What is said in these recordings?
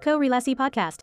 Korelasi Podcast.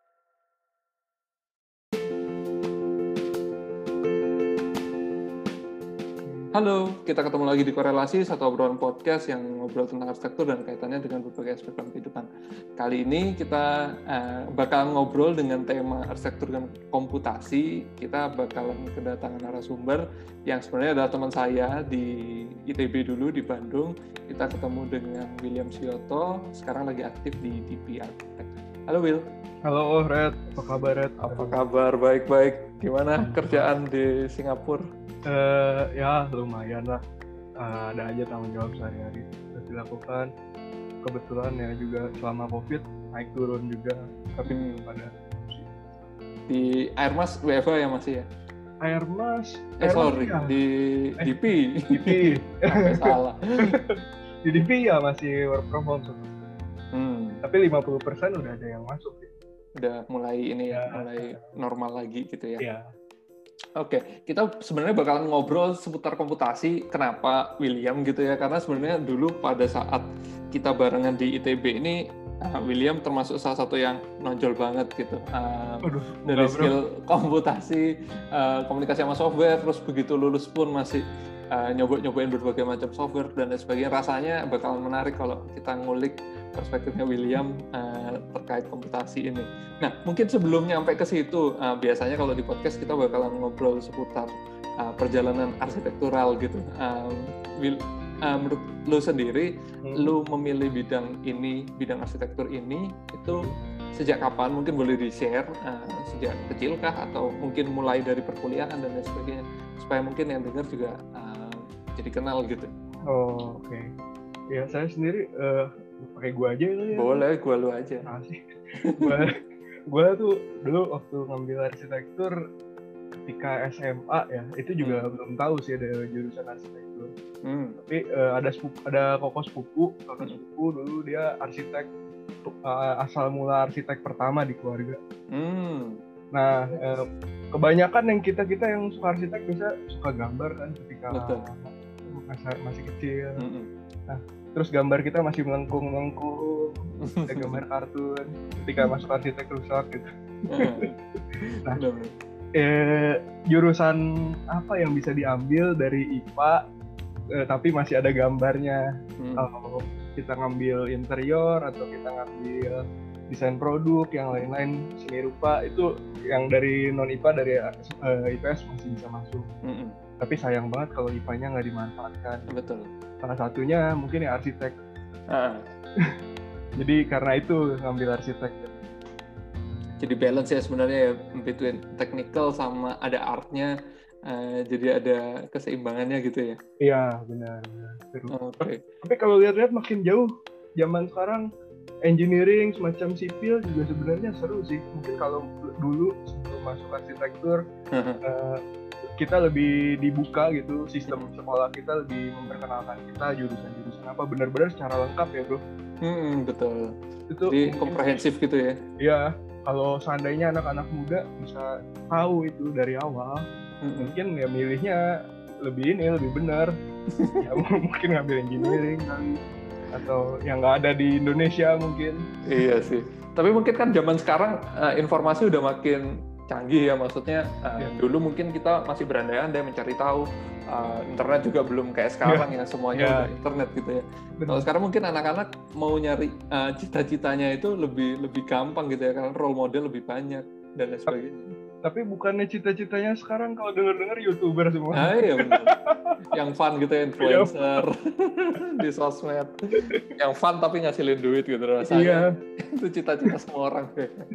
Halo, kita ketemu lagi di Korelasi, satu obrolan podcast yang ngobrol tentang arsitektur dan kaitannya dengan berbagai aspek dalam kehidupan. Kali ini kita bakal ngobrol dengan tema arsitektur dan komputasi. Kita bakalan kedatangan narasumber yang sebenarnya adalah teman saya di ITB dulu di Bandung. Kita ketemu dengan William Sioto, sekarang lagi aktif di DP Architect. Halo Will. Halo Red, apa kabar Red? Apa kabar? Baik-baik. Gimana kerjaan di Singapura? Ya lumayan lah, ada aja tanggung jawab sehari-hari harus dilakukan. Kebetulan ya juga selama COVID naik turun juga, tapi belum ada. Di Airmas WFH ya masih ya? Airmas Ya. Di DP. DP. Salah. Di DP ya masih work from home. Tapi 50% udah ada yang masuk. Udah mulai ini ya, mulai normal lagi gitu ya. Iya. Oke, kita sebenarnya bakalan ngobrol seputar komputasi. Kenapa William gitu ya? Karena sebenarnya dulu pada saat kita barengan di ITB ini, William termasuk salah satu yang nonjol banget gitu. Dari skill komputasi, komunikasi sama software, terus begitu lulus pun masih nyobain berbagai macam software dan lain sebagainya. Rasanya bakalan menarik kalau kita ngulik perspektifnya William terkait komputasi ini. Nah, mungkin sebelum nyampe ke situ, biasanya kalau di podcast kita bakalan ngobrol seputar perjalanan arsitektural gitu. Menurut lu sendiri, lu memilih bidang ini, bidang arsitektur ini, itu sejak kapan? Mungkin boleh di-share, sejak kecil kah? Atau mungkin mulai dari perkuliahan dan lain sebagainya, supaya mungkin yang dengar juga jadi kenal gitu. Oh, oke. Ya, saya sendiri pakai gua aja ya. Boleh, gua lu aja. Gua tuh dulu waktu ngambil arsitektur ketika SMA ya, itu juga belum tahu sih ada jurusan arsitektur. Tapi ada kakak sepupu dulu dia arsitek, asal mula arsitek pertama di keluarga. Nah, kebanyakan yang kita yang suka arsitek bisa suka gambar kan ketika masih kecil. Nah, terus gambar kita masih melengkung, ada gambar kartun. Ketika masuk arsitek rusak gitu. Nah, jurusan apa yang bisa diambil dari IPA, tapi masih ada gambarnya. Kalau kita ngambil interior atau kita ngambil desain produk, yang lain-lain seni rupa, itu yang dari non IPA dari IPS masih bisa masuk. Tapi sayang banget kalau IPA-nya nggak dimanfaatkan. Betul. Salah satunya mungkin ya arsitek. Jadi karena itu ngambil arsitek. Jadi balance ya sebenarnya ya, between technical sama ada artnya, jadi ada keseimbangannya gitu ya. Iya, benar. Okay. Tapi kalau lihat-lihat makin jauh, zaman sekarang engineering semacam sipil juga sebenarnya seru sih. Mungkin kalau dulu sebelum masuk arsitektur, kita lebih dibuka gitu, sistem sekolah kita lebih memperkenalkan kita jurusan-jurusan apa, benar-benar secara lengkap ya bro. Betul. Itu jadi komprehensif gitu ya. Iya, kalau seandainya anak-anak muda bisa tahu itu dari awal, mungkin ya milihnya lebih benar. Ya mungkin ngambil engineering kali, atau yang nggak ada di Indonesia mungkin. Iya sih. Tapi mungkin kan zaman sekarang informasi udah makin canggih ya, maksudnya dulu mungkin kita masih berandai-andai mencari tahu, internet juga belum kayak sekarang ya, semuanya udah internet gitu ya. Kalau sekarang mungkin anak-anak mau nyari cita-citanya itu lebih gampang gitu ya, karena role model lebih banyak dan lain sebagainya. Tapi bukannya cita-citanya sekarang kalau dengar YouTuber semua? Iya benar. Yang fun gitu ya, influencer di sosmed. Yang fun tapi ngasilin duit gitu rasanya. Itu cita-cita semua orang.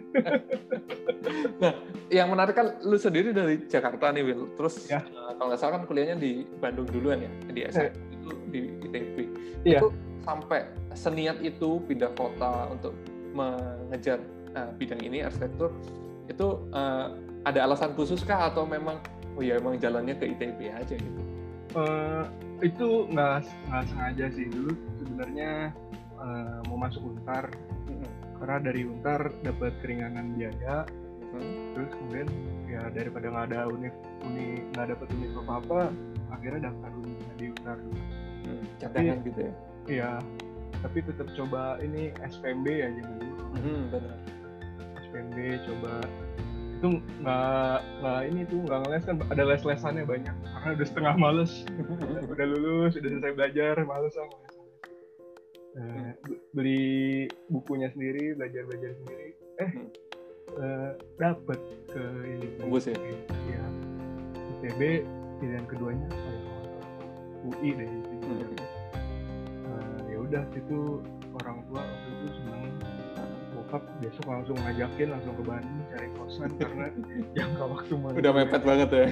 Nah, yang menarik kan lu sendiri dari Jakarta nih Will. Terus kalau nggak salah kan kuliahnya di Bandung duluan ya, di SMA itu di ITB. Itu sampai seniat itu pindah kota untuk mengejar bidang ini arsitektur. Itu ada alasan khusus kah atau memang emang jalannya ke ITB aja gitu? Itu nggak sengaja sih. Dulu sebenarnya mau masuk Untar, karena dari Untar dapat keringanan biaya. Terus kemudian ya daripada nggak dapat univ apa-apa, akhirnya daftar di Untar dulu. Cadangan gitu ya? Iya, tapi tetap coba ini SPMB ya zaman dulu. Benar. SPMB coba itu nggak ngeles kan, ada les-lesannya banyak karena udah setengah males. Udah lulus, udah selesai belajar, males lah. Beli bukunya sendiri, belajar sendiri. Dapat ke ini. Tembus ya? Iya. ITB pilihan keduanya UI deh. Ya udah itu orang tua waktu itu senang, bokap besok langsung ngajakin langsung ke Bandung cari kosan karena jangka waktu udah mepet banget ya.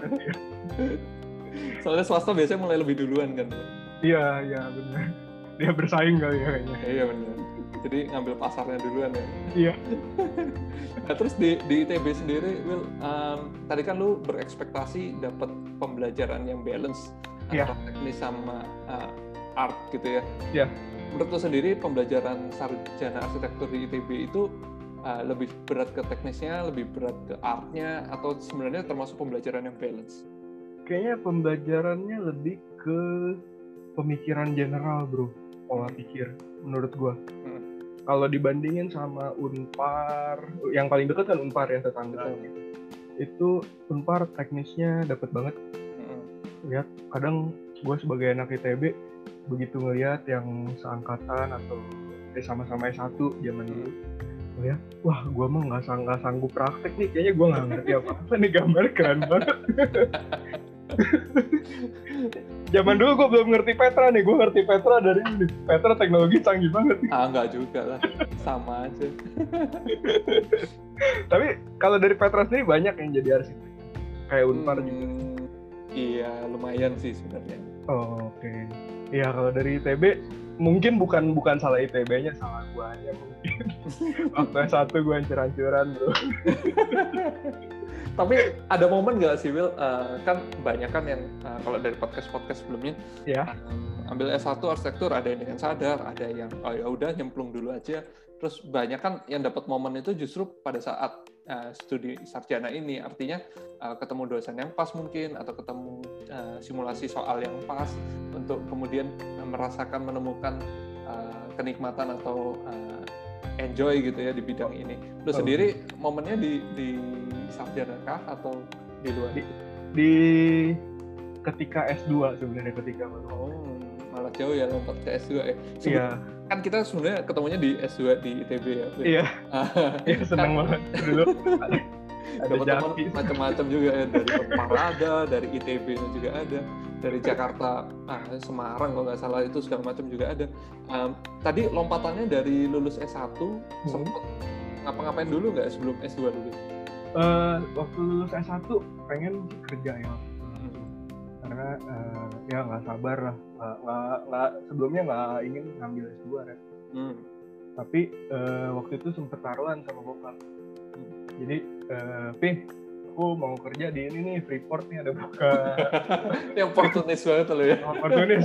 Soalnya swasta biasanya mulai lebih duluan kan. Iya benar. Dia bersaing kali ya kayaknya. Iya benar. Jadi ngambil pasarnya duluan ya. Iya. Nah, terus di ITB sendiri, Will, tadi kan lu berekspektasi dapat pembelajaran yang balance antara teknis sama art gitu ya. Iya. Menurut lu sendiri pembelajaran sarjana arsitektur di ITB itu lebih berat ke teknisnya, lebih berat ke artnya, atau sebenarnya termasuk pembelajaran yang balance? Kayaknya pembelajarannya lebih ke pemikiran general, bro. Pola pikir, menurut gua. Kalau dibandingin sama Unpar, yang paling dekat kan Unpar yang tetangga gitu. Itu Unpar teknisnya dapat banget. Lihat, kadang gue sebagai anak ITB begitu ngelihat yang seangkatan atau sama-sama S1 zaman dulu, ngeliat, wah gue mah nggak sanggup praktek nih, kayaknya gue nggak ngerti apa-apa nih, gambar keren banget. Zaman dulu gue belum ngerti Petra nih, gue ngerti Petra dari ini. Petra teknologi canggih banget. Enggak juga lah, sama aja. Tapi kalau dari Petra sendiri banyak yang jadi arsitek, kayak Unpar juga. Iya, lumayan sih sebenarnya. Oke. Iya, kalau dari ITB mungkin bukan salah ITB-nya, salah gue aja mungkin. Waktu S1 gue hancur-hancuran, bro. Tapi ada momen nggak sih, Will? Kan banyak kan yang kalau dari podcast sebelumnya, ambil S1 arsitektur, ada yang dengan sadar, ada yang ya udah nyemplung dulu aja. Terus banyak kan yang dapat momen itu justru pada saat studi sarjana ini, artinya ketemu dosen yang pas mungkin, atau ketemu simulasi soal yang pas untuk kemudian menemukan kenikmatan atau enjoy gitu ya di bidang ini. Lu sendiri momennya di sarjana kah atau di luar? Di ketika S2 sebenarnya, ketika malah jauh ya lompat ke S2 ya. Iya. Kan kita sebenarnya ketemunya di S2 di ITB ya. Iya. Iya, senang banget dulu. Ada teman macam-macam juga ya, dari Parada, dari ITB juga ada, dari Jakarta, Semarang kalau nggak salah itu segala macam juga ada. Tadi lompatannya dari lulus S1 sempat ngapa-ngapain dulu nggak sebelum S2 dulu? Waktu lulus S1 pengen kerja ya. Karena ya nggak sabar lah, nggak sebelumnya nggak ingin ngambil S2 kan. Tapi waktu itu sempet taruhan sama bokap. Jadi aku mau kerja di ini nih, Freeport nih, ada buka. Ini oportunis banget lo ya. Oportunis.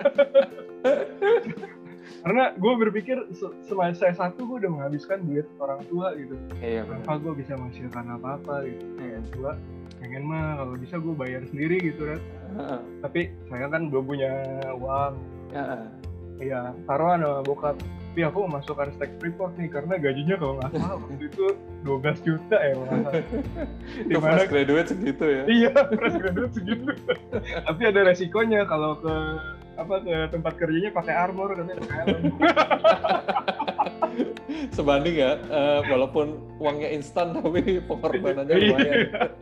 Karena gue berpikir semasa S1 gue udah menghabiskan duit orang tua gitu. Iya, kenapa gue bisa menghasilkan apa-apa gitu. S2 pengen mah kalau bisa gue bayar sendiri gitu kan. Tapi saya kan belum punya uang. Iya, taruhan sama bokap. Tapi aku mau masuk arsitek Freeport nih karena gajinya kalau nggak salah waktu itu 12 juta ya malah. Itu fresh graduate segitu ya? Iya, fresh graduate segitu. Tapi ada resikonya kalau ke tempat kerjanya pakai armor katanya, helm. Sebanding ya, walaupun uangnya instan tapi pengorbanannya lumayan.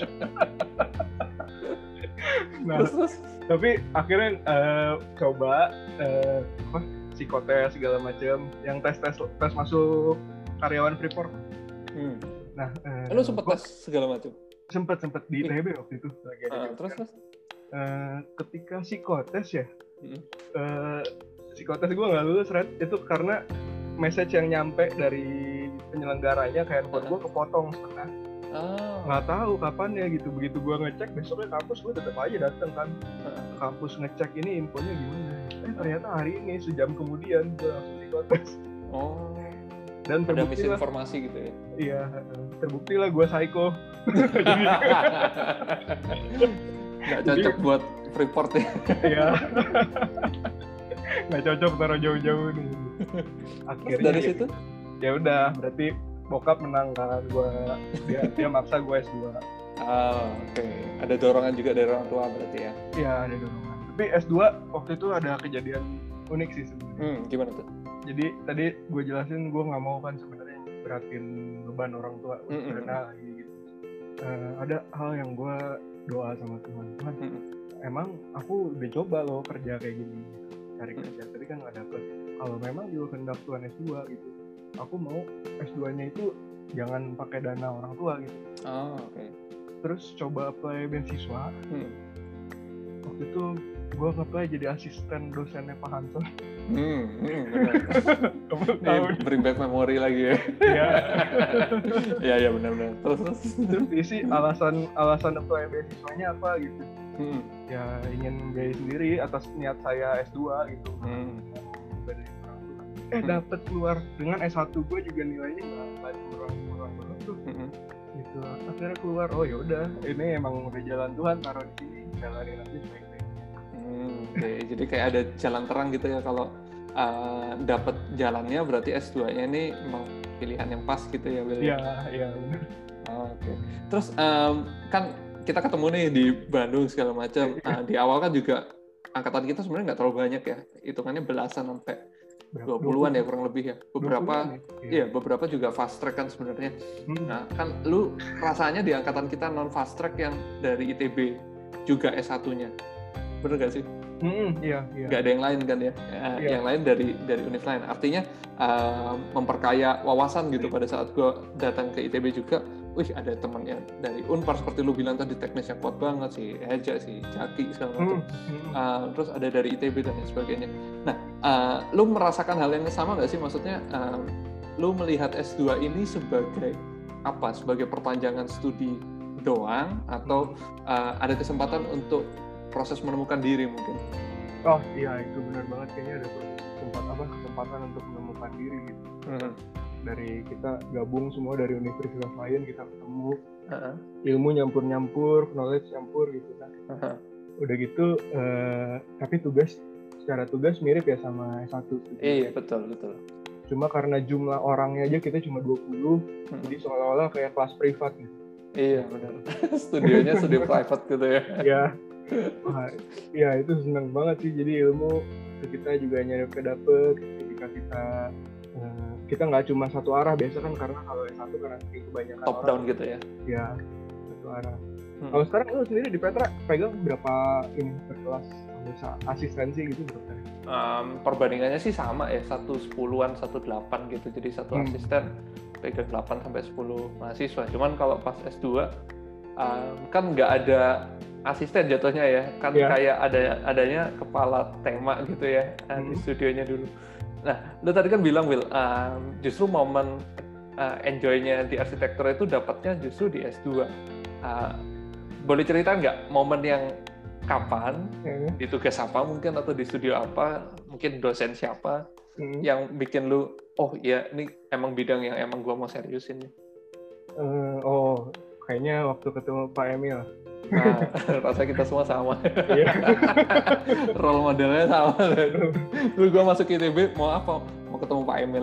Nah, terus tapi akhirnya coba psikotes segala macam, yang tes masuk karyawan Freeport. Nah, lu sempet tes segala macam? Sempet di ITB waktu itu lagi ada. Terus? Ketika psikotes ya, psikotes gue nggak lulus, Red. Itu karena message yang nyampe dari penyelenggaranya kayak handphone gue kepotong setengah. Nggak tahu kapan ya gitu. Begitu gue ngecek besoknya kampus, gue tetap aja datang kan ke kampus ngecek ini infonya gimana. Ternyata hari ini sejam kemudian gue langsung psikotes. Dan ada misinformasi gitu ya? Iya, terbukti lah gue psycho. Nggak cocok buat Freeport ya? Iya. Nggak cocok taruh jauh-jauh nih. Akhirnya dari situ? ya udah berarti bokap menang kan, dia maksa gue S2. Oke. Ada dorongan juga dari orang tua berarti ya? Iya, ada dorongan. Tapi S2 waktu itu ada kejadian unik sih sebenarnya. Gimana tuh? Jadi tadi gue jelasin gue nggak mau kan sebenarnya beratin beban orang tua karena lagi gitu. Ada hal yang gue doa sama Tuhan, emang aku udah coba loh kerja kayak gini, cari kerja, tapi kan nggak dapet. Kalau memang juga kehendak Tuhan S2 gitu, aku mau S2-nya itu jangan pakai dana orang tua gitu. Oke. Terus coba apply beasiswa. Waktu itu gue apply jadi asisten dosennya Pak Hanson. Bring back memory lagi ya. Iya. Iya benar. Terus isi alasan apply beasiswanya apa gitu. Ya ingin biaya sendiri atas niat saya S2 gitu. Dapat keluar dengan S1 gue juga nilainya nggak kurang banget tuh. Gitu. Akhirnya keluar, oh yaudah ini emang udah jalan Tuhan taruh di sini, jalanin aja sebaik-baiknya. Oke, jadi kayak ada jalan terang gitu ya, kalau dapat jalannya berarti S2-nya ini memang pilihan yang pas gitu ya, Will? Iya benar. Oke. Terus kan kita ketemu nih di Bandung segala macam. Di awal kan juga angkatan kita sebenarnya nggak terlalu banyak ya, hitungannya belasan sampai 20-an ya kurang lebih ya. Beberapa juga fast track kan sebenarnya. Nah, kan lu rasanya di angkatan kita non fast track yang dari ITB juga S1-nya. Bener gak sih? Iya. Gak ada yang lain kan ya? Yang lain dari univ lain. Artinya memperkaya wawasan gitu. Pada saat gue datang ke ITB juga, ada teman yang dari Unpar seperti lu bilang tadi, teknis yang kuat banget, si Eja, si Jaki segala macam. Terus ada dari ITB dan lain sebagainya. Nah, lu merasakan hal yang sama nggak sih? Maksudnya, lu melihat S2 ini sebagai apa? Sebagai perpanjangan studi doang, atau ada kesempatan untuk proses menemukan diri mungkin? Oh iya, itu benar banget, kayaknya ada kesempatan untuk menemukan diri gitu. Dari kita gabung semua dari universitas lain, kita ketemu, ilmu nyampur, knowledge nyampur gitu kan. Udah gitu, tapi secara tugas mirip ya sama S1. Iya, betul. Cuma karena jumlah orangnya aja kita cuma 20, jadi seolah-olah kayak kelas privat gitu. Iya, benar. Studionya studio private gitu ya. Iya. Iya, itu senang banget sih. Jadi ilmu kita juga dapet ketika kita nggak cuma satu arah. Biasa kan karena kalau S1 karena kebanyakan top down gitu ya. Iya, satu arah. Kalau sekarang lu sendiri di Petra pegang berapa ini per kelas asistensi gitu berapa? Perbandingannya sih sama ya, 1/10-an, 1/8 gitu. Jadi satu asisten pegang 8 sampai 10 mahasiswa. Cuman kalau pas S2 kan nggak ada asisten jatuhnya ya, kan kayak adanya kepala tema gitu ya di studionya dulu. Nah, lu tadi kan bilang, Will, justru momen enjoy-nya di arsitektur itu dapatnya justru di S2. Boleh cerita nggak momen yang kapan, di tugas apa mungkin, atau di studio apa, mungkin dosen siapa yang bikin lu, oh ya ini emang bidang yang emang gua mau seriusin nih? Kayaknya waktu ketemu Pak Emil. Nah, rasa kita semua sama. Role modelnya sama. Dulu gue masuk ITB mau apa? Mau ketemu Pak Emil.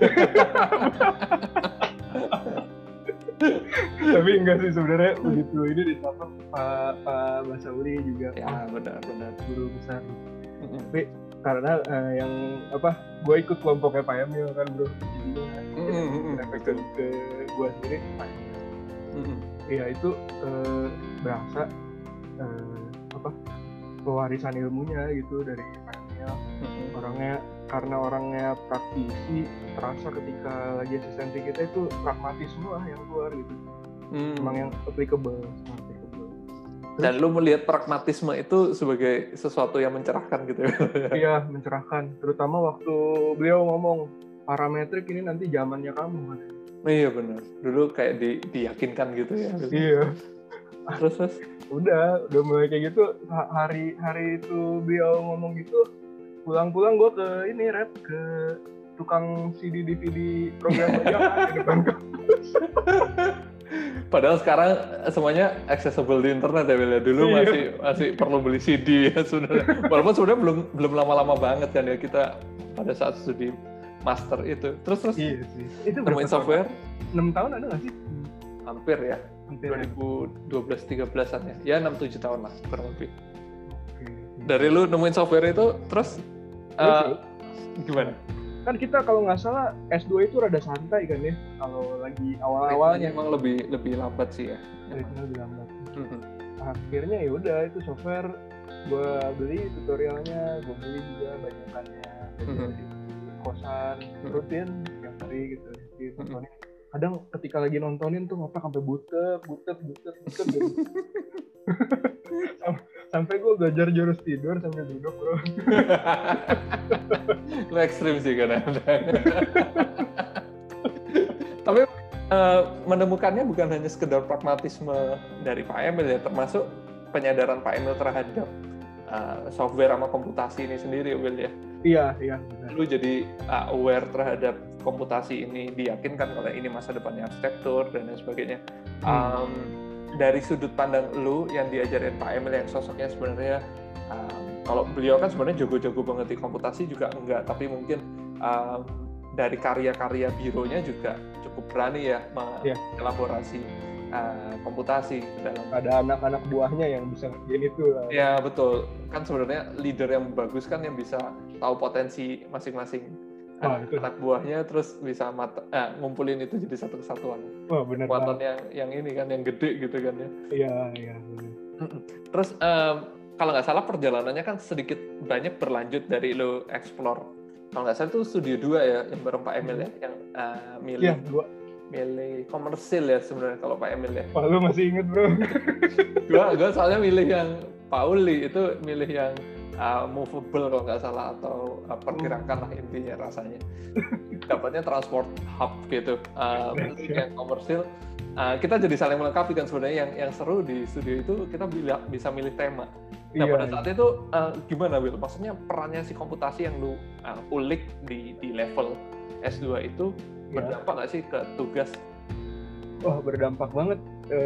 Tapi enggak sih sebenarnya, begitu ini disapa Pak Basauri juga. Ya benar. Guru besar. Tapi karena gue ikut kelompoknya Pak Emil kan bro. Jadi ke gue sendiri Pak Emil. Ya itu berasa pewarisan ilmunya gitu dari Pak Emil. Orangnya praktisi, terasa ketika lagi asistensi kita itu pragmatis semua yang keluar gitu. Emang yang applicable. Dan lu melihat pragmatisme itu sebagai sesuatu yang mencerahkan gitu ya? Iya, mencerahkan. Terutama waktu beliau ngomong parametrik ini nanti zamannya kamu. Iya benar. Dulu kayak diyakinkan gitu ya. Iya. Terus udah mulai kayak gitu. Hari itu beliau ngomong gitu, pulang gue ke tukang CD DVD program aja di depan kampus. Padahal sekarang semuanya accessible di internet ya, dulu masih perlu beli CD ya sebenarnya. Walaupun sebenarnya belum lama-lama banget kan ya kita pada saat studi master itu. Terus iya sih. Itu nemuin software 6 tahun ada nggak sih? hampir ya, 2012-13an ya 6-7 tahun lah kurang lebih. Dari lu nemuin software itu terus gimana? Kan kita kalau nggak salah S2 itu rada santai kan ya, kalau lagi awal-awalnya emang lebih lambat sih ya. Lebih lambat. Akhirnya ya udah itu software gue beli, tutorialnya gue beli juga banyakannya dari kosan rutin tiap hari gitu. Nontonin. Kadang ketika lagi nontonin tuh ngopak sampai butek gitu. Sampai gue belajar jurus tidur sambil duduk, bro. Lu ekstrim sih kadang-kadang. Tapi menemukannya bukan hanya sekedar pragmatisme dari Pak Emil ya, termasuk penyadaran Pak Emil terhadap software sama komputasi ini sendiri, Will ya. Iya. Benar. Lu jadi aware terhadap komputasi ini, diyakinkan kalau ini masa depannya arsitektur dan lain sebagainya. Dari sudut pandang lu yang diajarin Pak Emil yang sosoknya sebenarnya kalau beliau kan sebenarnya jago-jago banget di komputasi juga enggak, tapi mungkin dari karya-karya bironya juga cukup berani ya mengelaborasi komputasi dalam. Ada anak-anak buahnya yang bisa ngerjain itu lah. Ya betul, kan sebenarnya leader yang bagus kan yang bisa tahu potensi masing-masing anak buahnya, terus bisa ngumpulin itu jadi satu kesatuan. Benar. Kekuatan yang ini kan, yang gede gitu kan ya. Iya. Terus kalau nggak salah perjalanannya kan sedikit banyak berlanjut dari lo explore. Kalau nggak salah itu studio 2 ya yang bareng Pak Emil ya, yang milih komersil ya sebenarnya kalau Pak Emil ya. Lu masih inget, bro? Gua soalnya milih yang Pauli, itu milih yang movable kalau nggak salah, atau pergerakan lah intinya rasanya. Dapatnya transport hub gitu. Yang komersil kita jadi saling melengkapi kan sebenarnya. Yang seru di studio itu kita bisa milih tema. Nah pada saat itu gimana, Will? Maksudnya perannya si komputasi yang lu ulik di level S2 itu berdampak nggak sih ke tugas? Berdampak banget.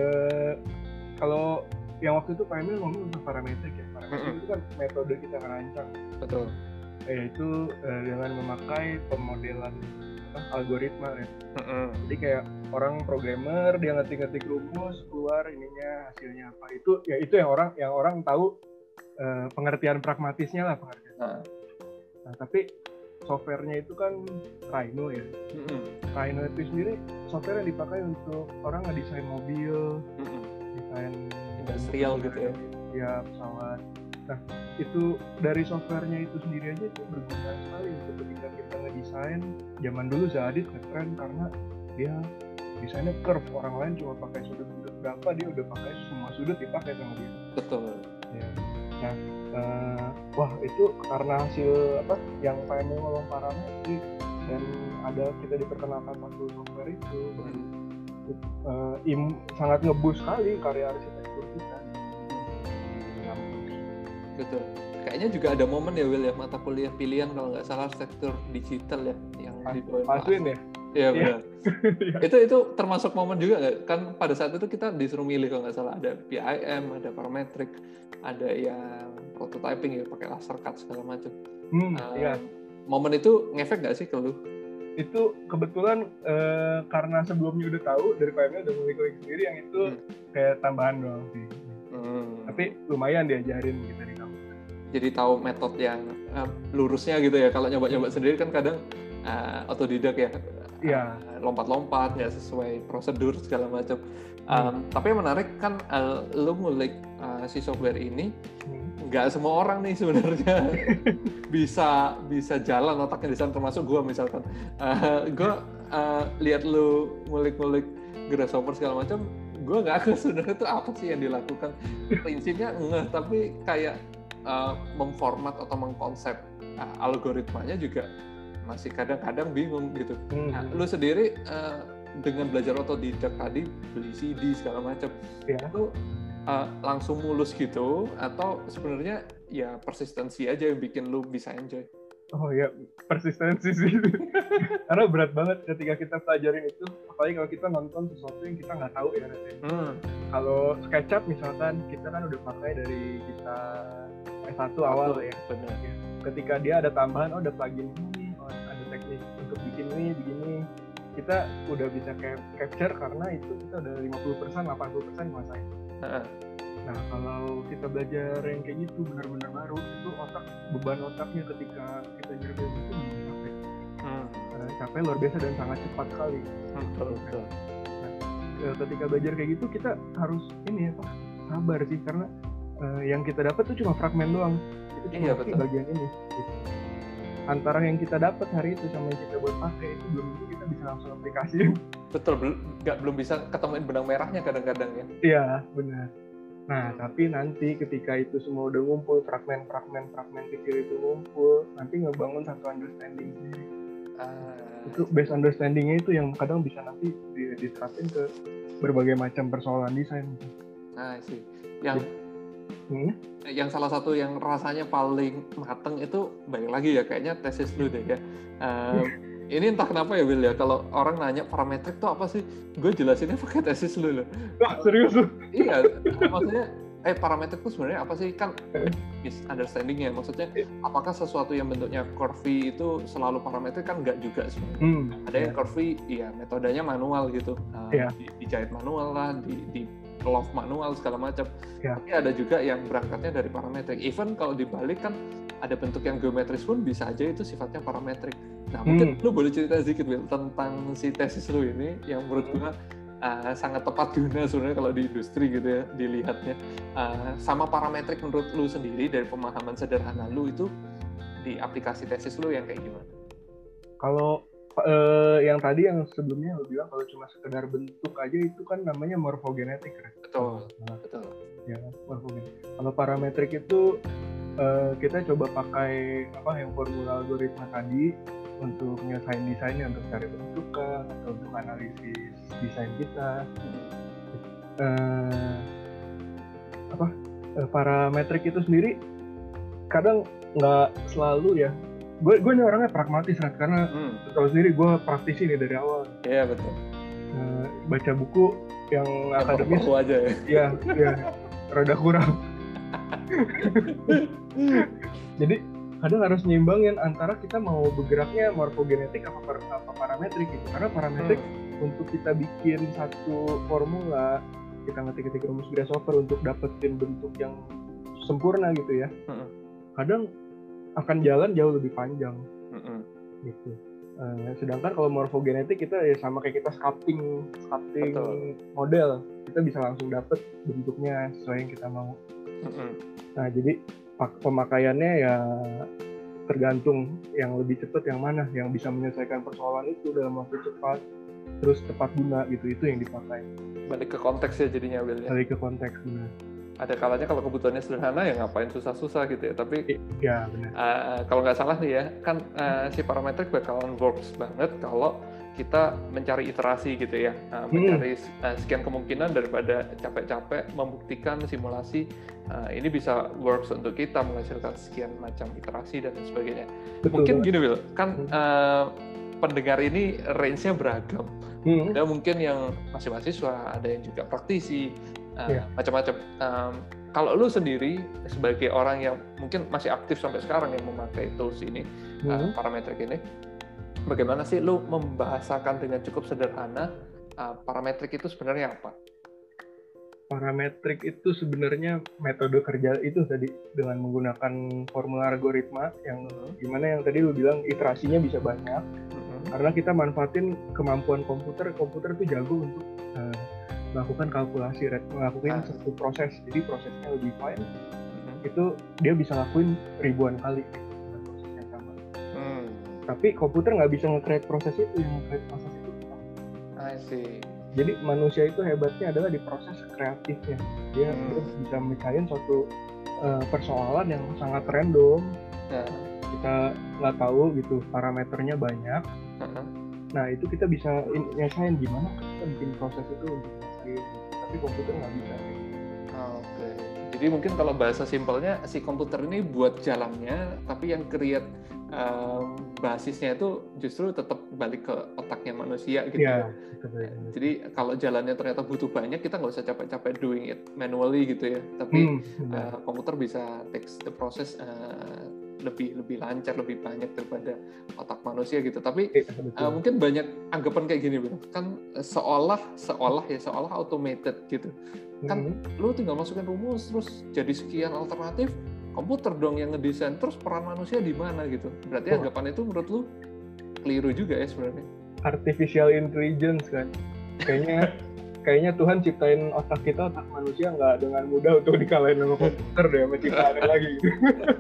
Kalau yang waktu itu Pak Emil ngomong tentang parametrik ya. Parametrik itu kan metode kita ngerancang. Betul. Yaitu dengan memakai pemodelan algoritma ya. Jadi kayak orang programmer dia ngetik rumus, keluar ininya hasilnya apa. Itu yang orang tahu pengertian pragmatisnya lah pengertian. Nah, tapi softwarenya itu kan Rhino ya. Rhino itu sendiri software yang dipakai untuk orang ngedesain mobil, desain industrial gitu ya. Ya, pesawat. Nah, itu dari softwarenya itu sendiri aja itu berguna sekali untuk ketika kita ngedesain. Zaman dulu Zadit ngetren karena dia desainnya curve, orang lain cuma pakai sudut berapa, dia udah pakai semua sudut dipakai sama dia. Betul. Ya. Nah, itu karena hasil yang Pak Emil ngomong parametrik dan ada kita diperkenalkan satu software itu sangat ngeboost sekali karya arsitektur kita. Betul. Kayaknya juga ada momen ya, Will ya, mata kuliah pilihan kalau nggak salah arsitektur digital ya yang dibawain Pak Aswin ya. Iya benar. Itu termasuk momen juga nggak? Kan pada saat itu kita disuruh milih kalau nggak salah, ada BIM, ada parametrik, ada yang prototyping ya pakai laser cut segala macam. Momen itu ngefek nggak sih ke lu? Itu kebetulan karena sebelumnya udah tahu dari Pak Emil udah ngulik-ngulik sendiri, yang itu kayak tambahan doang sih. Tapi lumayan diajarin gitu di kampus. Jadi tahu metode yang lurusnya gitu ya. Kalau nyoba-nyoba sendiri kan kadang otodidak ya. Lompat-lompat nggak sesuai prosedur segala macam. Tapi yang menarik kan lu ngulik si software ini, nggak semua orang nih sebenarnya bisa jalan otaknya di sana, termasuk gue misalkan. Gue lihat lu ngulik-ngulik Grasshopper segala macam, gue nggak sebenarnya itu apa sih yang dilakukan. Prinsipnya tapi kayak memformat atau mengkonsep algoritmanya juga masih kadang-kadang bingung gitu. Lu sendiri dengan belajar otodidak tadi, beli CD segala macam, itu langsung mulus gitu, atau sebenarnya ya persistensi aja yang bikin lu bisa enjoy? Oh ya, persistensi sih. Karena berat banget ketika kita pelajarin itu, apalagi kalau kita nonton sesuatu yang kita nggak tahu ya. Kalau SketchUp misalkan, kita kan udah pakai dari kita S1 awal ya. Benar. Ketika dia ada tambahan, ada plugin ini, ada teknik untuk bikin ini begini, kita udah bisa capture karena itu kita udah 50%, 80% nguasain. Nah, kalau kita belajar yang kayak gitu benar-benar baru, itu beban otaknya ketika kita nyerap itu capek luar biasa dan sangat cepat sekali. Betul. Nah, ketika belajar kayak gitu kita harus sabar sih, karena yang kita dapat tuh cuma fragmen doang. Itu cuma bagian ini. Gitu. Antara yang kita dapat hari itu sama yang kita buat pakai itu belum tentu kita bisa langsung aplikasiin. Betul, belum bisa ketemuin benang merahnya kadang-kadang ya. Iya, benar. Nah, tapi nanti ketika itu semua udah ngumpul, fragmen kecil itu ngumpul, nanti ngebangun satu understanding sendiri. Itu base understanding-nya itu yang kadang bisa nanti diterapin ke berbagai macam persoalan desain. Nah, sih. Yang salah satu yang rasanya paling mateng itu balik lagi ya kayaknya tesis lu deh ya. Ini entah kenapa ya Will ya, kalau orang nanya parametrik itu apa sih, gue jelasinnya pakai tesis lu loh. Wah, serius lu? Iya, maksudnya parametrik itu sebenarnya apa sih, kan misunderstanding-nya, maksudnya apakah sesuatu yang bentuknya curvy itu selalu parametrik, kan enggak juga sebenarnya. Ada yang curvy, ya metodenya manual gitu, dijahit manual lah, di love manual segala macam. Tapi ada juga yang berangkatnya dari parametrik. Even kalau dibalik kan ada bentuk yang geometris pun bisa aja itu sifatnya parametrik. Nah, mungkin lu boleh cerita sedikit Will tentang si tesis lu ini yang menurut gua sangat tepat guna sebenarnya kalau di industri gitu ya dilihatnya. Sama parametrik menurut lu sendiri dari pemahaman sederhana lu itu di aplikasi tesis lu yang kayak gimana? Kalau yang tadi yang sebelumnya lu bilang kalau cuma sekedar bentuk aja itu kan namanya morfogenetik kan? Betul. Ya, morfogenetik. Kalau parametrik itu kita coba pakai yang formula algoritma tadi untuk nyelesain desainnya, untuk cari bentukan atau untuk analisis desain kita. Parametrik itu sendiri kadang nggak selalu ya. Gue ini orangnya pragmatis kan, karena tahu sendiri gue praktisi nih dari awal. Iya betul. Baca buku yang akademis aja ya. Iya, rada kurang. Jadi kadang harus nyimbangin antara kita mau bergeraknya morfogenetik apa parametrik gitu. Karena parametrik untuk kita bikin satu formula, kita ngetik rumus grasshopper untuk dapetin bentuk yang sempurna gitu ya. Kadang akan jalan jauh lebih panjang. Gitu. Sedangkan kalau morfogenetik kita ya sama kayak kita sculpting model, kita bisa langsung dapet bentuknya sesuai yang kita mau. Nah, jadi pemakaiannya ya tergantung yang lebih cepat yang mana, yang bisa menyelesaikan persoalan itu dalam waktu cepat, terus tepat guna gitu, itu yang dipakai. Balik ke konteks ya jadinya Will ya. Balik ke konteks benar. Ada kalanya kalau kebutuhannya sederhana ya ngapain susah-susah gitu ya, tapi ya benar. Kalau nggak salah nih ya kan si parametrik bakalan works banget kalau kita mencari iterasi gitu ya, mencari sekian kemungkinan daripada capek-capek membuktikan simulasi ini bisa works untuk kita menghasilkan sekian macam iterasi dan sebagainya. Betul, mungkin gini Will, kan pendengar ini range-nya beragam. Ada mungkin yang masih mahasiswa, ada yang juga praktisi, macam-macam. Kalau lu sendiri sebagai orang yang mungkin masih aktif sampai sekarang yang memakai tools ini, parametrik ini, bagaimana sih lu membahasakan dengan cukup sederhana parametrik itu sebenarnya apa? Parametrik itu sebenarnya metode kerja itu tadi dengan menggunakan formula algoritma yang gimana yang tadi lu bilang iterasinya bisa banyak. Karena kita manfaatin kemampuan komputer itu jago untuk melakukan kalkulasi, melakukan satu proses, jadi prosesnya lebih fine. Itu dia bisa lakuin ribuan kali dengan proses yang sama. Tapi komputer nggak bisa nge-create proses itu, yang nge-create proses itu kita. I see. Jadi manusia itu hebatnya adalah di proses kreatifnya. Dia bisa mecahin suatu persoalan yang sangat random. Kita nggak tahu gitu, parameternya banyak. Nah itu kita bisa nyesain gimana kita bikin proses itu untuk nyesain, tapi komputer nggak bisa. Oke. Jadi mungkin kalau bahasa simpelnya si komputer ini buat jalannya, tapi yang create basisnya itu justru tetap balik ke otaknya manusia gitu. Ya. Jadi kalau jalannya ternyata butuh banyak, kita nggak usah capek-capek doing it manually gitu ya. Tapi komputer bisa take the process lebih lancar, lebih banyak daripada otak manusia gitu. Tapi mungkin banyak anggapan kayak gini, bro. Kan seolah automated gitu. Kan lu tinggal masukin rumus terus jadi sekian alternatif, komputer dong yang ngedesain, terus peran manusia di mana gitu. Berarti anggapan itu menurut lu keliru juga ya sebenarnya. Artificial intelligence kan. Kayaknya Tuhan ciptain otak manusia nggak dengan mudah untuk dikalahin sama komputer deh, sama ciptaan lagi gitu.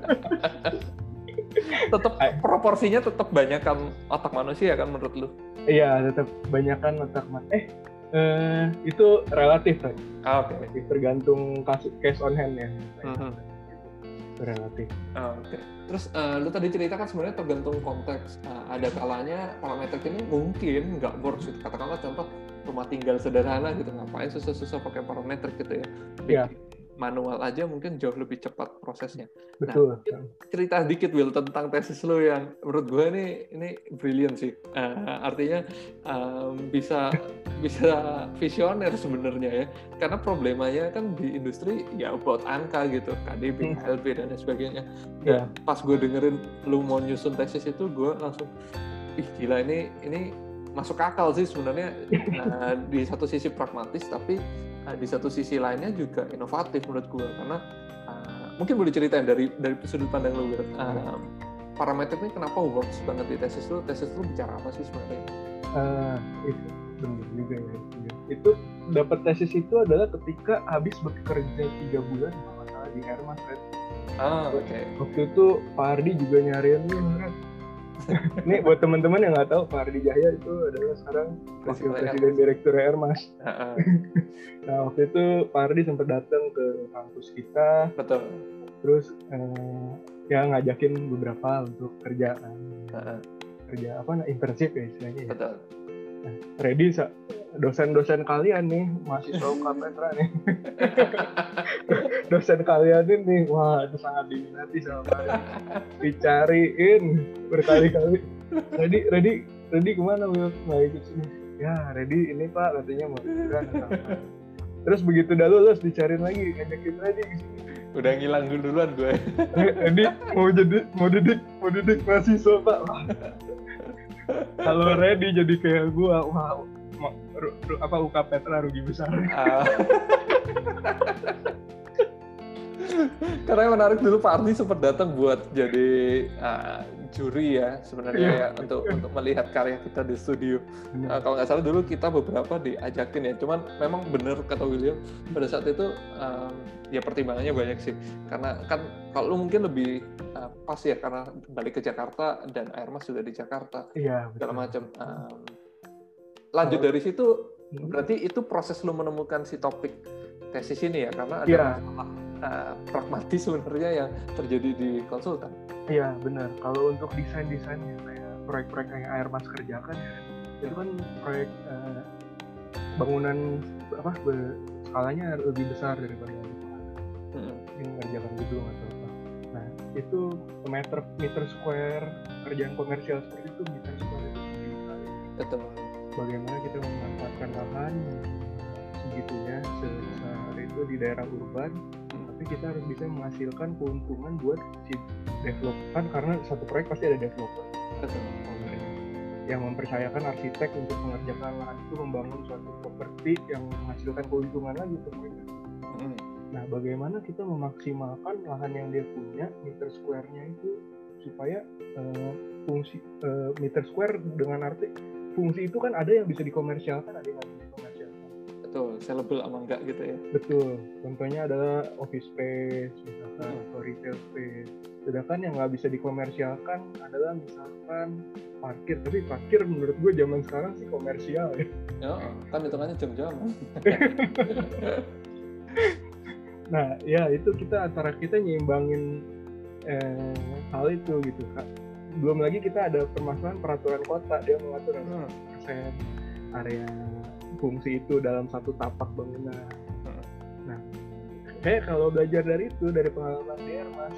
Tetap proporsinya tetap banyakan otak manusia kan menurut lu? Iya, tetap banyakan otak manusia. Itu relatif kan. Oke. Tergantung case on hand ya. Itu relatif. Oke. Terus lu tadi cerita kan sebenarnya tergantung konteks. Ada kalanya parameter ini mungkin nggak works gitu. Katakanlah contoh rumah tinggal sederhana gitu, ngapain susah-susah pakai parameter gitu ya. Manual aja mungkin jauh lebih cepat prosesnya. Betul. Nah, cerita dikit Will tentang tesis lu yang menurut gue ini brilliant sih. Artinya bisa visioner sebenarnya ya. Karena problemanya kan di industri ya about angka gitu, KDB, KLB dan sebagainya. Dan pas gue dengerin lu mau nyusun tesis itu, gue langsung gila, ini masuk akal sih sebenarnya. Di satu sisi pragmatis, tapi di satu sisi lainnya juga inovatif menurut gue, karena mungkin boleh ceritain dari sudut pandang lu, parameter ini kenapa works banget di tesis lu bicara apa sih sebenarnya? Itu benar juga ya. Itu dapat tesis itu adalah ketika habis bekerja 3 bulan kalau nggak salah di Hermas kan. Oke. Waktu itu Pak Ardi juga nyariin kan. Ini buat teman-teman yang nggak tahu, Pak Ardi Jahya itu adalah sekarang wakil presiden direktur Hermas. Nah, waktu itu Pak Ardi sempat datang ke kampus kita. Betul. Terus ya ngajakin beberapa untuk kerja internship ya istilahnya ya. Betul. Nah, ready dosen-dosen kalian nih, mahasiswa UKPetra nih. Dosen kalian ini, wah itu sangat diminati sama kalian. Dicariin berkali-kali. Ready kemana Will? Mau ikut sini? Ya ready ini Pak, katanya mau liburan. Terus begitu udah lulus dicariin lagi, ngajakin ready ke sini. Udah ngilang duluan gue. Ready mau didik mahasiswa Pak. Kalau ready jadi kayak gua, wah UKPetra rugi besar. Karena yang menarik dulu Pak Ardi sempat datang buat jadi juri ya sebenarnya ya, untuk melihat karya kita di studio. Kalau nggak salah dulu kita beberapa diajakin ya, cuman memang benar kata William pada saat itu ya pertimbangannya banyak sih, karena kan kalau lu mungkin lebih pas ya karena balik ke Jakarta dan Airmas juga di Jakarta, segala macam. Lanjut dari situ berarti itu proses lu menemukan si topik tesis ini ya, karena ada masalah pragmatis sebenarnya yang terjadi di konsultan. Iya benar. Kalau untuk desain-desainnya kayak proyek-proyek yang Airmas kerjakan ya, itu kan proyek bangunan skalanya lebih besar daripada yang mengerjakan gedung atau apa. Nah itu meter square kerjaan komersial seperti itu, meter square itu tinggi sekali. Betul. Bagaimana kita memanfaatkan lahan segitunya sebesar itu di daerah urban, tapi kita harus bisa menghasilkan keuntungan buat si developer, karena satu proyek pasti ada developer. Betul. Yang mempercayakan arsitek untuk mengerjakan lahan itu membangun suatu properti yang menghasilkan keuntungan lagi untuk mereka. Nah, bagaimana kita memaksimalkan lahan yang dia punya, meter square-nya itu supaya fungsi meter square dengan arti fungsi itu kan ada yang bisa dikomersialkan, ada yang nggak bisa dikomersialkan. Betul, sellable apa enggak gitu ya. Betul, contohnya adalah office space misalkan atau retail space. Sedangkan yang nggak bisa dikomersialkan adalah misalkan parkir, tapi parkir menurut gue zaman sekarang sih komersial ya. Ya, kan hitungannya jam-jaman. Nah, ya itu kita nyimbangin hal itu gitu Kak. Belum lagi kita ada permasalahan peraturan kota, dia mengatur 100% area fungsi itu dalam satu tapak bangunan. Nah, kayak kalau belajar dari itu, dari pengalaman di Hermas,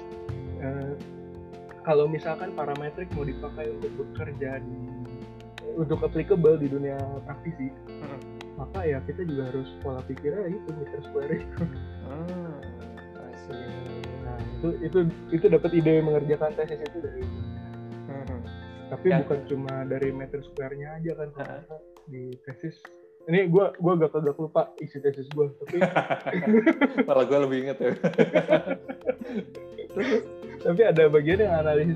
kalau misalkan parametrik mau dipakai untuk bekerja untuk applicable di dunia praktisi, maka ya kita juga harus pola pikirnya itu meter square itu. I see. Nah, Itu dapat ide mengerjakan tesis itu dari tapi bukan cuma dari meter square-nya aja kan di tesis. Ini gue agak lupa isi tesis gue, tapi malah gue lebih inget ya. Tapi ada bagian yang analisis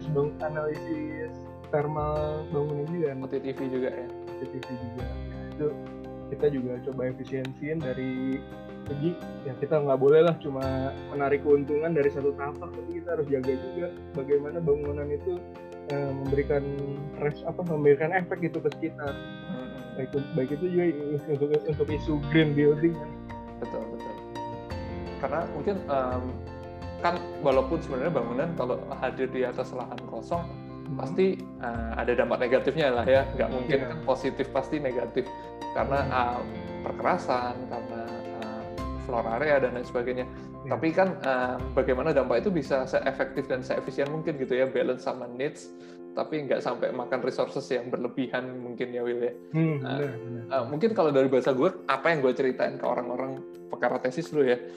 thermal bangunan juga kan. OTTV juga ya. OTTV juga. Nah, itu kita juga coba efisiensiin dari segi ya kita nggak boleh lah cuma menarik keuntungan dari satu tapak, tapi kita harus jaga juga bagaimana bangunan itu memberikan efek gitu ke sekitar. Baik itu juga untuk isu green building kan. Betul. Karena mungkin kan walaupun sebenarnya bangunan kalau hadir di atas lahan kosong pasti ada dampak negatifnya lah ya, nggak mungkin kan positif, pasti negatif karena perkerasan, karena floor area dan lain sebagainya. Tapi kan bagaimana dampak itu bisa seefektif dan seefisien mungkin gitu ya, balance sama needs, tapi nggak sampai makan resources yang berlebihan mungkin ya Will ya. Mungkin kalau dari bahasa gue, apa yang gue ceritain ke orang-orang perkara tesis dulu ya.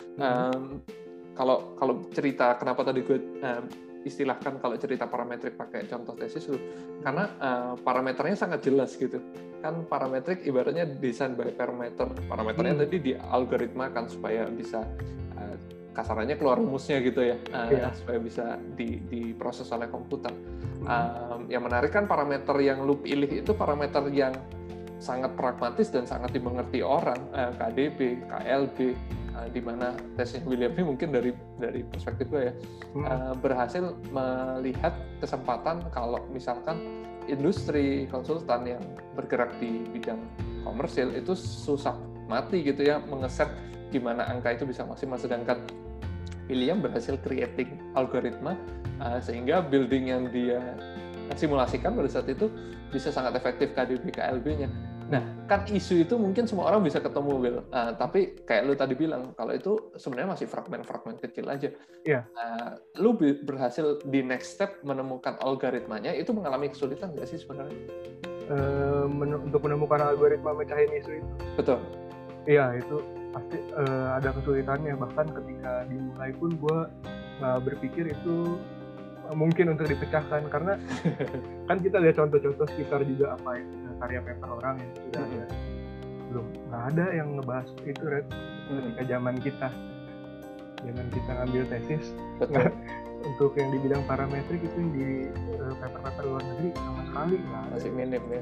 Kalau cerita kenapa tadi gue istilahkan kalau cerita parametrik pakai contoh tesis dulu, karena parameternya sangat jelas gitu. Kan parametrik ibaratnya design by parameter. Parameternya tadi dialgoritmakan supaya bisa kasarannya keluar rumusnya gitu ya, supaya bisa diproses oleh komputer. Yang menarik kan parameter yang lu pilih itu parameter yang sangat pragmatis dan sangat dimengerti orang, KDB, KLB, di mana tesnya William ini mungkin dari perspektif gue ya, berhasil melihat kesempatan kalau misalkan industri konsultan yang bergerak di bidang komersil itu susah mati gitu ya mengeset gimana angka itu bisa maksimal, sedangkan William berhasil creating algoritma sehingga building yang dia simulasikan pada saat itu bisa sangat efektif KDB KLB-nya. Nah, kan isu itu mungkin semua orang bisa ketemu, Will. Tapi kayak lu tadi bilang, kalau itu sebenarnya masih fragmen-fragmen kecil aja. Iya. Lu berhasil di next step menemukan algoritmanya, itu mengalami kesulitan nggak sih sebenarnya? Untuk menemukan algoritma mecahin isu itu? Betul. Iya, itu pasti ada kesulitannya. Bahkan ketika dimulai pun gue nggak berpikir itu mungkin untuk dipecahkan, karena kan kita lihat contoh-contoh sekitar juga apa ya, karya paper orang yang sudah ada, belum nggak ada yang ngebahas itu Red. Ketika zaman kita ngambil tesis, untuk yang di bidang parametrik itu yang di paper-paper luar negeri sama sekali nggak ada. Masih minim ya.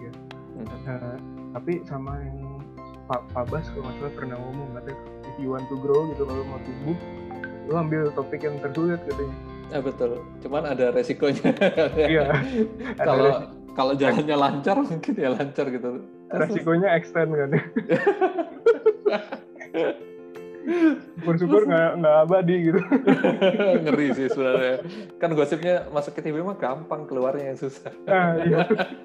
Tapi sama yang Pak Bas kalau nggak salah pernah ngomong, katanya if you want to grow gitu, kalau mau tumbuh lu ambil topik yang tersulit katanya. Betul, cuman ada resikonya. Iya. Kalau jalannya lancar mungkin ya lancar gitu. Resikonya extend kan. Syukur-syukur nggak abadi gitu. Ngeri sih sebenarnya. Kan gosipnya masuk ke TV mah gampang, keluarnya yang susah. Iya.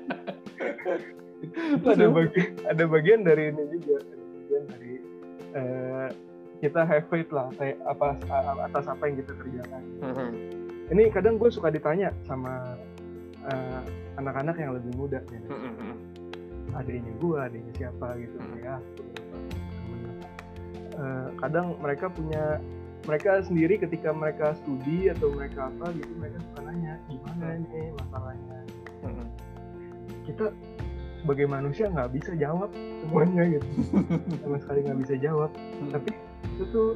Ada bagian dari ini juga, bagian dari kita have faith lah, kayak atas apa yang kita kerjakan. Ini kadang gue suka ditanya sama anak-anak yang lebih muda, ya. Adiknya siapa gitu ya. Kadang mereka sendiri ketika mereka studi atau mereka apa gitu, mereka suka nanya gimana ini masalahnya. Kita sebagai manusia nggak bisa jawab semuanya gitu, sama sekali nggak bisa jawab. Tapi itu tuh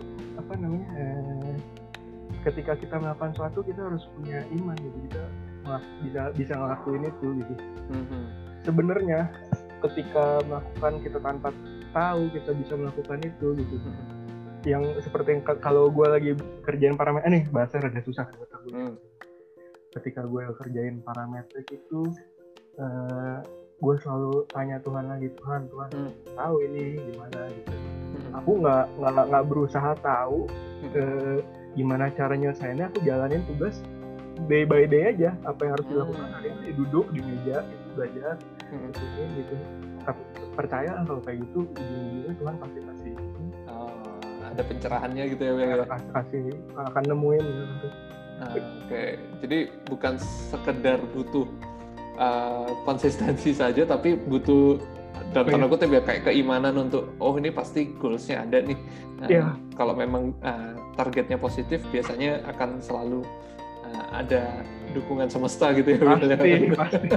ketika kita melakukan sesuatu kita harus punya iman gitu, kita bisa ngelakuin itu gitu. Sebenarnya ketika melakukan kita tanpa tahu kita bisa melakukan itu gitu. Yang seperti yang kalau gue lagi kerjain parameter, bahasa rada susah buat aku. Ketika gue kerjain parameter itu, gue selalu tanya Tuhan lagi, Tuhan tahu ini gimana gitu. Aku nggak berusaha tahu gimana cara nyelesainnya, aku jalanin tugas day by day aja, apa yang harus dilakukan hari ini, duduk di meja itu belajar gitu. Tapi percaya kalau kayak gitu ujung-ujungnya Tuhan pasti kasih. Ada pencerahannya gitu ya, kasih akan nemuin gitu. Oke. Jadi bukan sekedar butuh konsistensi saja, tapi butuh dan tanda kutip ya kayak keimanan untuk ini pasti goals-nya ada nih. Kalau memang targetnya positif biasanya akan selalu ada dukungan semesta gitu ya. Pasti.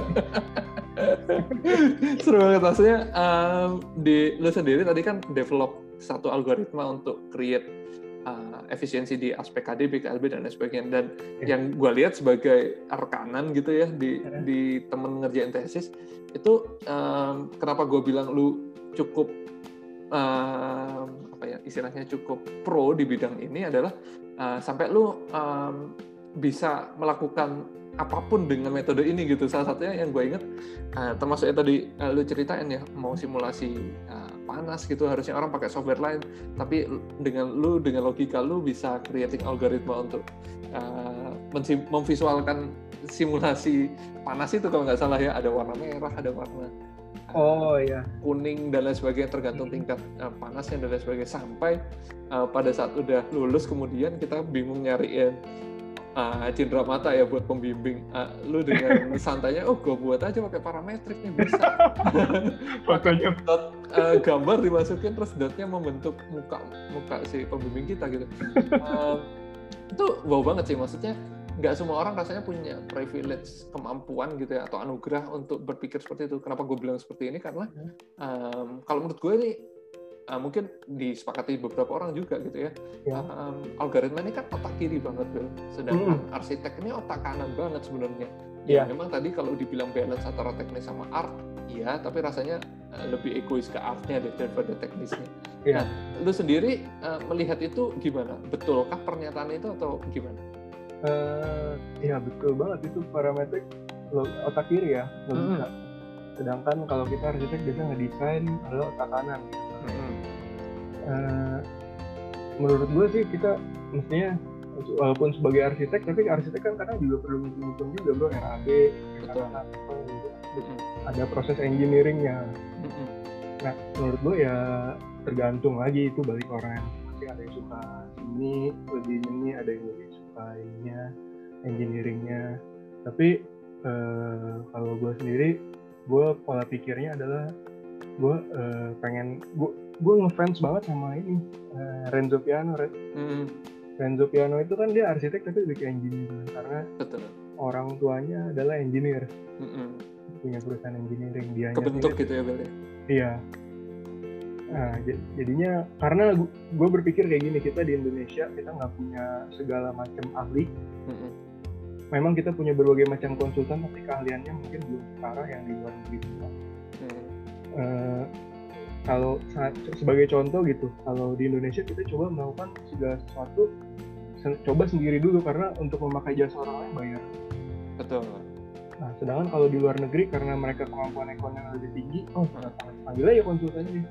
Seru banget maksudnya. Di lu sendiri tadi kan develop satu algoritma untuk create efisiensi di aspek KDB, KLB dan lain sebagainya. Dan yang gue lihat sebagai rekanan gitu ya di temen ngerjain tesis itu, kenapa gue bilang lu cukup istilahnya cukup pro di bidang ini adalah sampai lu bisa melakukan apapun dengan metode ini gitu. Salah satunya yang gue inget termasuk yang tadi lu ceritain ya, mau simulasi panas gitu harusnya orang pakai software lain, tapi dengan logika lu bisa creating algoritma untuk memvisualkan simulasi panas itu kalau nggak salah ya, ada warna merah, ada warna kuning dan lain sebagainya tergantung tingkat panasnya dan lain sebagainya, sampai pada saat udah lulus kemudian kita bingung nyariin cindera mata ya buat pembimbing. Lu dengan santainya, gue buat aja pakai parametrik nih bisa. Makanya gambar dimasukin terus dotnya membentuk muka si pembimbing kita gitu. Itu wow banget sih, maksudnya nggak semua orang rasanya punya privilege, kemampuan gitu ya, atau anugerah untuk berpikir seperti itu. Kenapa gue bilang seperti ini? Karena kalau menurut gue ini mungkin disepakati beberapa orang juga gitu ya. Algoritma ini kan otak kiri banget, Bill. Sedangkan arsitek ini otak kanan banget sebenarnya. Ya memang tadi kalau dibilang balance antara teknis sama art, iya, tapi rasanya lebih egois ke artnya daripada teknisnya. Nah, lu sendiri melihat itu gimana? Betulkah pernyataan itu atau gimana? Ya betul banget, itu parametrik otak kiri ya, logika. Sedangkan kalau kita arsitek biasa ngedesain adalah otak kanan. Menurut gue sih kita mestinya walaupun sebagai arsitek, tapi arsitek kan kadang juga perlu ngitung juga bro, RAB, ada proses engineeringnya. Nah menurut gue ya tergantung lagi, itu balik orang yang masih ada yang suka ini lebih ini, ada yang lebih suka ininya engineeringnya. Tapi kalau gue sendiri, gue pola pikirnya adalah gue gue ngefans banget sama ini Renzo Piano. Renzo Piano itu kan dia arsitek tapi lebih ke engineer karena orang tuanya adalah engineer, punya perusahaan engineering, dia kebentuk gitu ya Bel? Iya. Nah jadinya karena gue berpikir kayak gini, kita di Indonesia kita nggak punya segala macam ahli. Memang kita punya berbagai macam konsultan, tapi keahliannya mungkin belum setara yang di luar negeri kita. Kalau sebagai contoh gitu, kalau di Indonesia kita coba melakukan segala sesuatu coba sendiri dulu, karena untuk memakai jasa orang lain bayar. Betul. Nah, sedangkan kalau di luar negeri karena mereka kemampuan ekonomi lebih tinggi, panggil aja konsultan ini.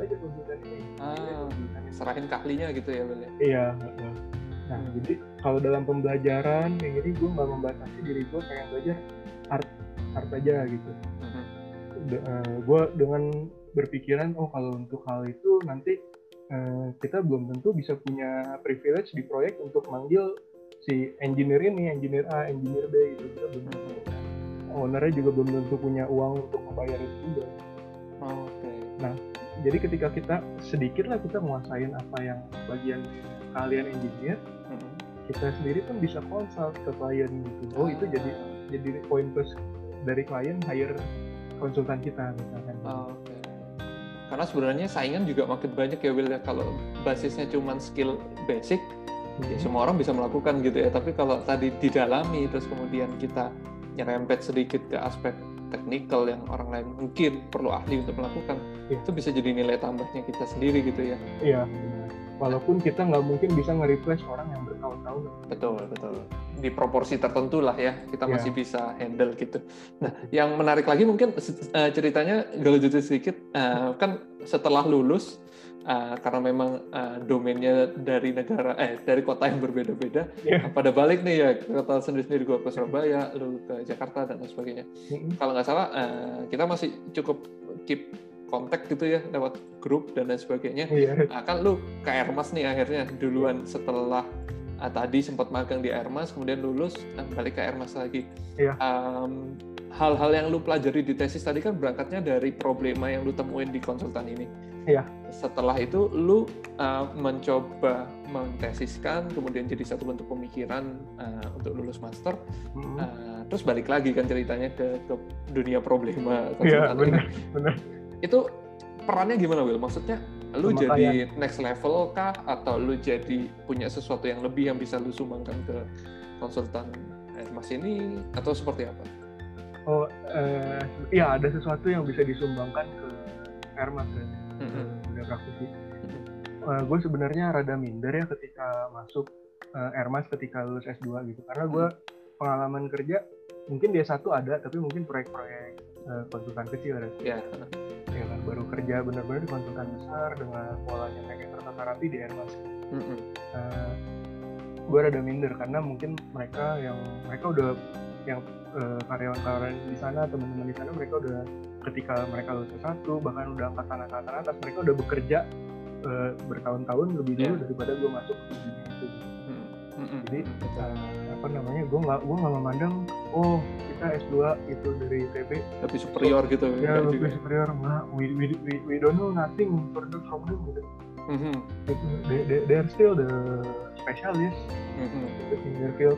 Serahin ke ahlinya gitu ya, Bel? Iya. Nah, jadi kalau dalam pembelajaran kayak gini, gue nggak membatasi diri gue pengen belajar art aja gitu. Gue dengan berpikiran kalau untuk hal itu nanti kita belum tentu bisa punya privilege di proyek untuk manggil si engineer ini, engineer A, engineer B gitu. Kita belum tentu. Ownernya juga belum tentu punya uang untuk membayar itu juga. Nah, jadi ketika kita sedikit lah kita menguasain apa yang bagian kalian engineer, kita sendiri pun bisa consult ke klien gitu. Itu jadi poin plus dari klien hire konsultan kita misalkan. Karena sebenarnya saingan juga makin banyak ya Will ya. Kalau basisnya cuma skill basic, ya semua orang bisa melakukan gitu ya. Tapi kalau tadi didalami terus kemudian kita nyerempet sedikit ke aspek teknikal yang orang lain mungkin perlu ahli untuk melakukan, itu bisa jadi nilai tambahnya kita sendiri gitu ya. Iya. Walaupun kita nggak mungkin bisa nge-replace orang yang bertahun-tahun. Betul. Di proporsi tertentu lah ya, kita masih bisa handle gitu. Nah, yang menarik lagi mungkin ceritanya gue lanjutin sedikit, kan setelah lulus, karena memang domainnya dari dari kota yang berbeda-beda, pada balik nih ya, kota sendiri-sendiri, gue ke Surabaya, lu ke Jakarta dan lain sebagainya. Kalau nggak salah, kita masih cukup keep kontak gitu ya lewat grup dan lain sebagainya. Kan lu ke Airmas nih akhirnya duluan setelah tadi sempat magang di Airmas, kemudian lulus balik ke Airmas lagi. hal-hal yang lu pelajari di tesis tadi kan berangkatnya dari problema yang lu temuin di konsultan ini. Iya. Setelah itu lu mencoba mentesiskan, kemudian jadi satu bentuk pemikiran untuk lulus master. Terus balik lagi kan ceritanya ke dunia problema konsultan ini. Benar. Itu perannya gimana, Will? Maksudnya lu jadi next level kah, atau lu jadi punya sesuatu yang lebih yang bisa lu sumbangkan ke konsultan Mas ini, atau seperti apa? Oh, iya, ada sesuatu yang bisa disumbangkan ke Hermas ya, dunia praktisi. Gue sebenarnya rada minder ya ketika masuk Hermas ketika lulus S2 gitu, karena gue pengalaman kerja mungkin di S1 ada, tapi mungkin proyek-proyek konsultan kecil ya. Ya kan, baru kerja benar-benar di konsultan besar dengan polanya kayak tertata rapi di Hermas. Gue rada minder karena mungkin mereka udah yang karyawan-karyawan di sana, teman-teman di sana, mereka udah ketika mereka lulus S1 bahkan udah angkatan atas, mereka udah bekerja bertahun-tahun lebih dulu daripada gue masuk ke dunia itu. Jadi gue nggak memandang kita S2 itu dari ITB lebih superior gitu ya, lebih superior. We don't know nothing further from them gitu. They're still the specialist in their field.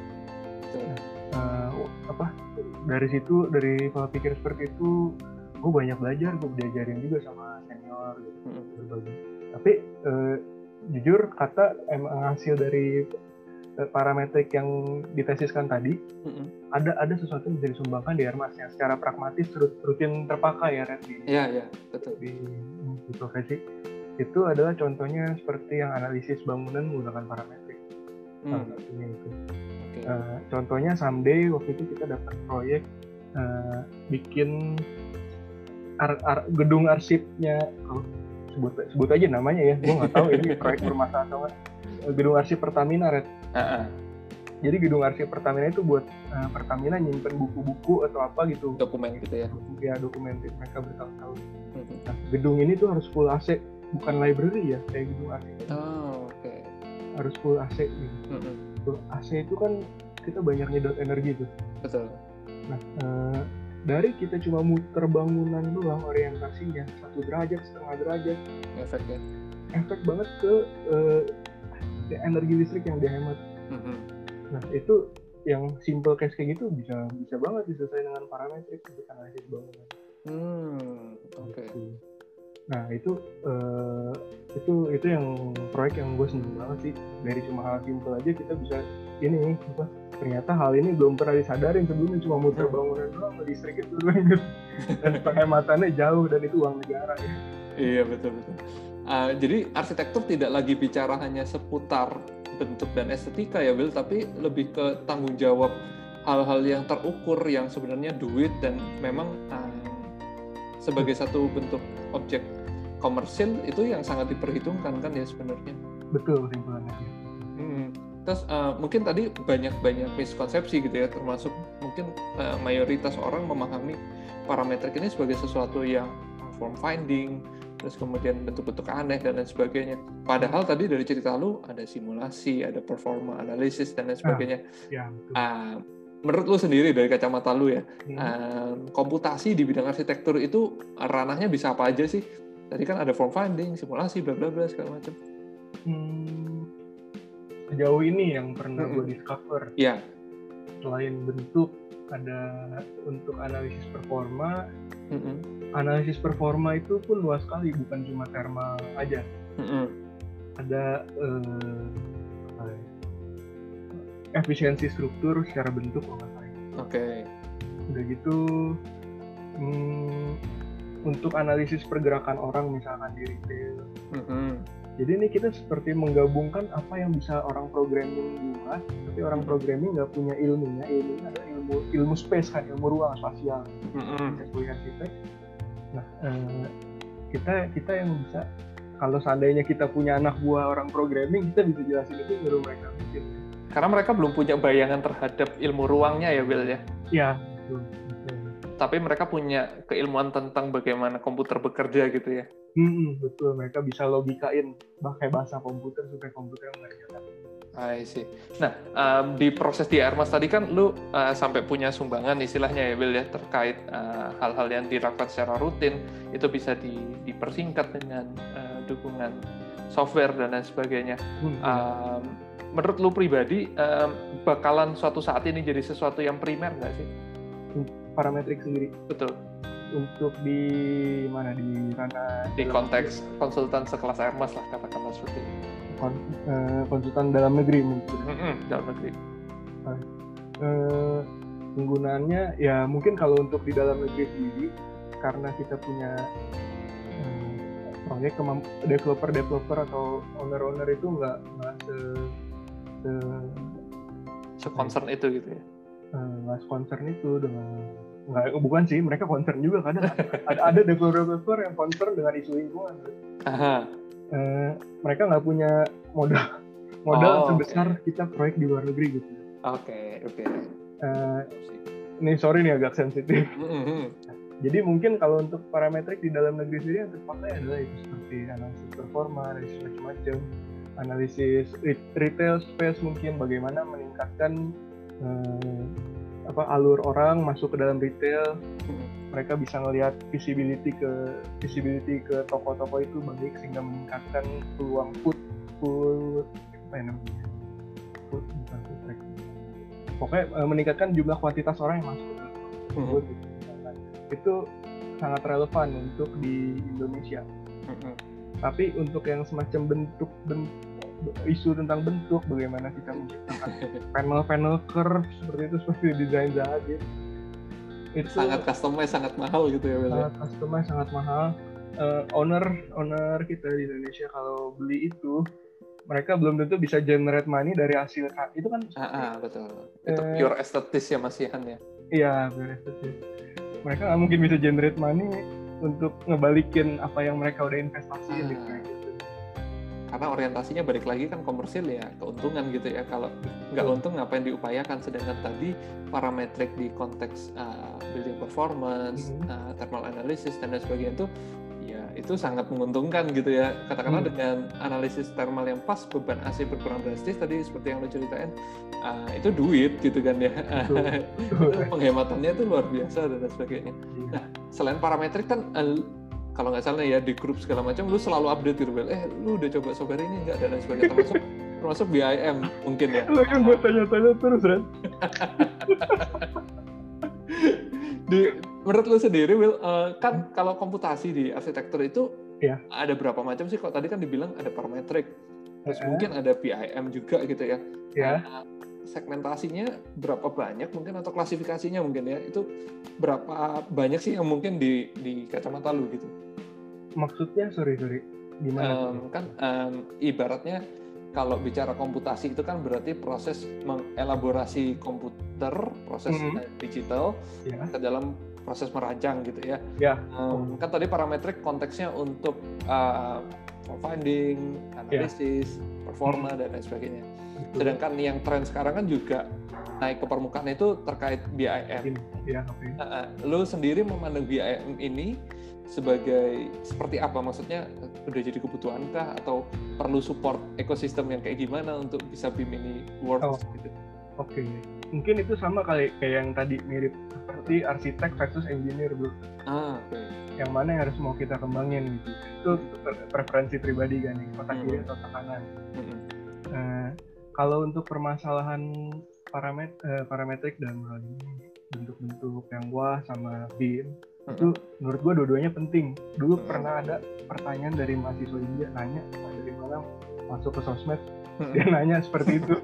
Dari pola pikir seperti itu gue banyak belajar, gue diajarin juga sama senior gitu, berbagi. Tapi jujur kata emang hasil dari parametrik yang ditesiskan tadi, ada sesuatu yang bisa disumbangkan di Hermas yang secara pragmatis rutin terpakai ya, Red, betul. Di profesi. Itu adalah contohnya seperti yang analisis bangunan menggunakan parametrik. Salah satunya itu. Contohnya someday waktu itu kita dapat proyek bikin gedung arsipnya, sebut aja namanya ya, gue nggak tahu ini proyek bermasalah atau nggak. Gedung arsip Pertamina, Red. Jadi gedung arsip Pertamina itu buat Pertamina nyimpen buku-buku atau apa gitu. Dokumen gitu ya? Ya, dokumen mereka bertahun-tahun. Nah, gedung ini tuh harus full AC, bukan library ya, kayak gedung arsip. Oke. Harus full AC gitu. Full AC itu kan kita banyak nyedot energi tuh. Betul. Nah, dari kita cuma muter bangunan doang orientasinya 1 derajat, setengah derajat, efek banget ke energi listrik yang dihemat. Nah, itu yang simple case kayak gitu bisa banget diselesaikan dengan parametrik untuk analisis bangunan. Gitu. Nah, itu yang proyek yang gue seneng banget sih. Dari cuma hal simple aja kita bisa ternyata hal ini belum pernah disadarin sebelumnya, cuma muter bangunan doang listriknya turun gitu. Dan penghematannya jauh, dan itu uang negara ya. Iya, betul. Jadi arsitektur tidak lagi bicara hanya seputar bentuk dan estetika ya, Will, tapi lebih ke tanggung jawab hal-hal yang terukur yang sebenarnya duit dan memang sebagai satu bentuk objek komersil itu yang sangat diperhitungkan kan ya sebenarnya. Betul, timbulannya. Terus mungkin tadi banyak miskonsepsi gitu ya, termasuk mungkin mayoritas orang memahami parametrik ini sebagai sesuatu yang form finding, terus kemudian bentuk-bentuk aneh dan lain sebagainya. Padahal tadi dari cerita lu ada simulasi, ada performa analisis dan lain sebagainya. Menurut lu sendiri dari kacamata lu ya, komputasi di bidang arsitektur itu ranahnya bisa apa aja sih? Tadi kan ada form finding, simulasi, bla bla bla segala macam. Sejauh ini yang pernah gue discover, selain bentuk, ada untuk analisis performa. Analisis performa itu pun luas sekali, bukan cuma thermal aja. Ada efisiensi struktur secara bentuk kalau nggak salah. Udah gitu untuk analisis pergerakan orang misalkan di retail. Jadi ini kita seperti menggabungkan apa yang bisa orang programming buat, tapi orang programming nggak punya ilmunya. Ilmunya adalah ilmu space kan, ilmu ruang spasial. Sebagai arsitek. Nah, kita yang bisa, kalau seandainya kita punya anak buah orang programming, kita bisa jelasin itu baru mereka bikin. Karena mereka belum punya bayangan terhadap ilmu ruangnya ya, Will ya? Iya, betul. Tapi mereka punya keilmuan tentang bagaimana komputer bekerja gitu ya? Betul, mereka bisa logikain pakai bahasa komputer supaya komputer mengerjakan. I see. Nah, di proses di Airmas tadi kan lu sampai punya sumbangan istilahnya ya, Will ya, terkait hal-hal yang dilakukan secara rutin, itu bisa dipersingkat dengan dukungan software dan lain sebagainya. Menurut lu pribadi, bakalan suatu saat ini jadi sesuatu yang primer nggak sih? Parametrik sendiri? Betul. Untuk di mana? Di ranah? Di konteks konsultan sekelas Airmas lah, katakanlah seperti ini. Konsultan dalam negeri mungkin. Dalam negeri. Penggunaannya ya mungkin kalau untuk di dalam negeri sendiri, karena kita punya proyek developer atau owner itu nggak concern itu gitu ya. Nggak concern itu dengan bukan sih, mereka concern juga kadang. ada developer yang concern dengan isu lingkungan. Mereka nggak punya modal sebesar kita proyek di luar negeri gitu. Oke. Ini sorry nih agak sensitif. Jadi mungkin kalau untuk parametrik di dalam negeri sendiri yang terpakai adalah itu seperti analisis performa, analisis macam-macam, analisis retail space, mungkin bagaimana meningkatkan alur orang masuk ke dalam retail. Mereka bisa ngelihat visibility ke toko-toko itu baik, sehingga meningkatkan peluang food pokoknya meningkatkan jumlah kuantitas orang yang masuk ke food. Itu sangat relevan untuk di Indonesia. Tapi untuk yang semacam isu tentang bentuk, bagaimana kita menciptakan panel curve seperti desain Zahid, itu sangat customize, sangat mahal gitu ya. Sangat customize, sangat mahal. Owner kita di Indonesia kalau beli itu, mereka belum tentu bisa generate money dari hasil itu kan. Betul. Itu pure estetis ya masihan ya. Iya, pure estetis. Mereka nggak mungkin bisa generate money untuk ngebalikin apa yang mereka udah investasiin gitu. Karena orientasinya balik lagi kan komersil ya, keuntungan gitu ya. Kalau nggak untung ngapain diupayakan, sedangkan tadi parametrik di konteks building performance, thermal analysis dan lain sebagainya itu ya itu sangat menguntungkan gitu ya. Katakanlah dengan analisis thermal yang pas, beban AC berkurang drastis tadi seperti yang lo ceritain, itu duit gitu kan ya. Itu penghematannya itu luar biasa dan lain sebagainya. Nah, selain parametrik kan kalau nggak salah ya di grup segala macam lu selalu update gitu, lu udah coba software ini nggak dan lain sebagainya, termasuk BIM mungkin ya. Lu kan gue tanya-tanya terus Ren. Menurut lu sendiri Will, kan kalau komputasi di arsitektur itu ada berapa macam sih? Kok tadi kan dibilang ada parametrik, terus mungkin ada BIM juga gitu ya. Segmentasinya berapa banyak mungkin, atau klasifikasinya mungkin ya, itu berapa banyak sih yang mungkin di kacamata lu gitu? Maksudnya sorry gimana? Ibaratnya kalau bicara komputasi itu kan berarti proses mengelaborasi komputer, proses digital ke dalam proses merancang gitu ya. Kan tadi parametrik konteksnya untuk finding, analisis, performa dan lain sebagainya. Sedangkan yang tren sekarang kan juga naik ke permukaan itu terkait BIM. Lu sendiri memandang BIM ini seperti apa? Maksudnya udah jadi kebutuhankah atau perlu support ekosistem yang kayak gimana untuk bisa BIM ini works gitu? Mungkin itu sama kayak yang tadi, mirip seperti arsitek versus engineer bro. Yang mana yang harus mau kita kembangin gitu. Itu preferensi pribadi kan, otak kiri atau otak kanan. Kalau untuk permasalahan parametrik dan bentuk-bentuk yang wah sama BIM, itu menurut gue dua-duanya penting. Dulu pernah ada pertanyaan dari mahasiswa India nanya dari mana masuk ke sosmed, dia nanya seperti itu.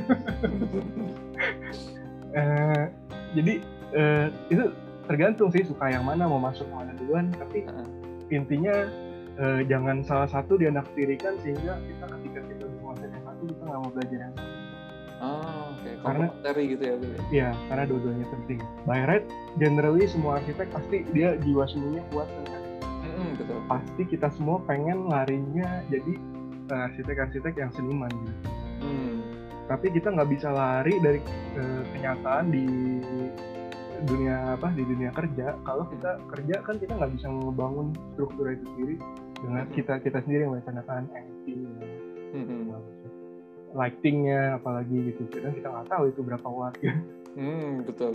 Jadi itu tergantung sih suka yang mana, mau masuk mana duluan, tapi intinya jangan salah satu dianaktirikan sehingga kita ketika kita menguasai yang satu kita nggak mau belajar yang satu. Komplementari gitu ya. Iya, karena dua-duanya penting. By right, generally semua arsitek pasti dia jiwa seninya kuat kan. Betul. Pasti kita semua pengen larinya jadi arsitek-arsitek yang seniman gitu. Tapi kita nggak bisa lari dari kenyataan di dunia kerja. Kalau kita kerja kan kita nggak bisa ngebangun struktur itu sendiri dengan kita sendiri yang melaksanakan NFT. lightingnya apalagi gitu, karena kita nggak tahu itu berapa watt ya. Betul.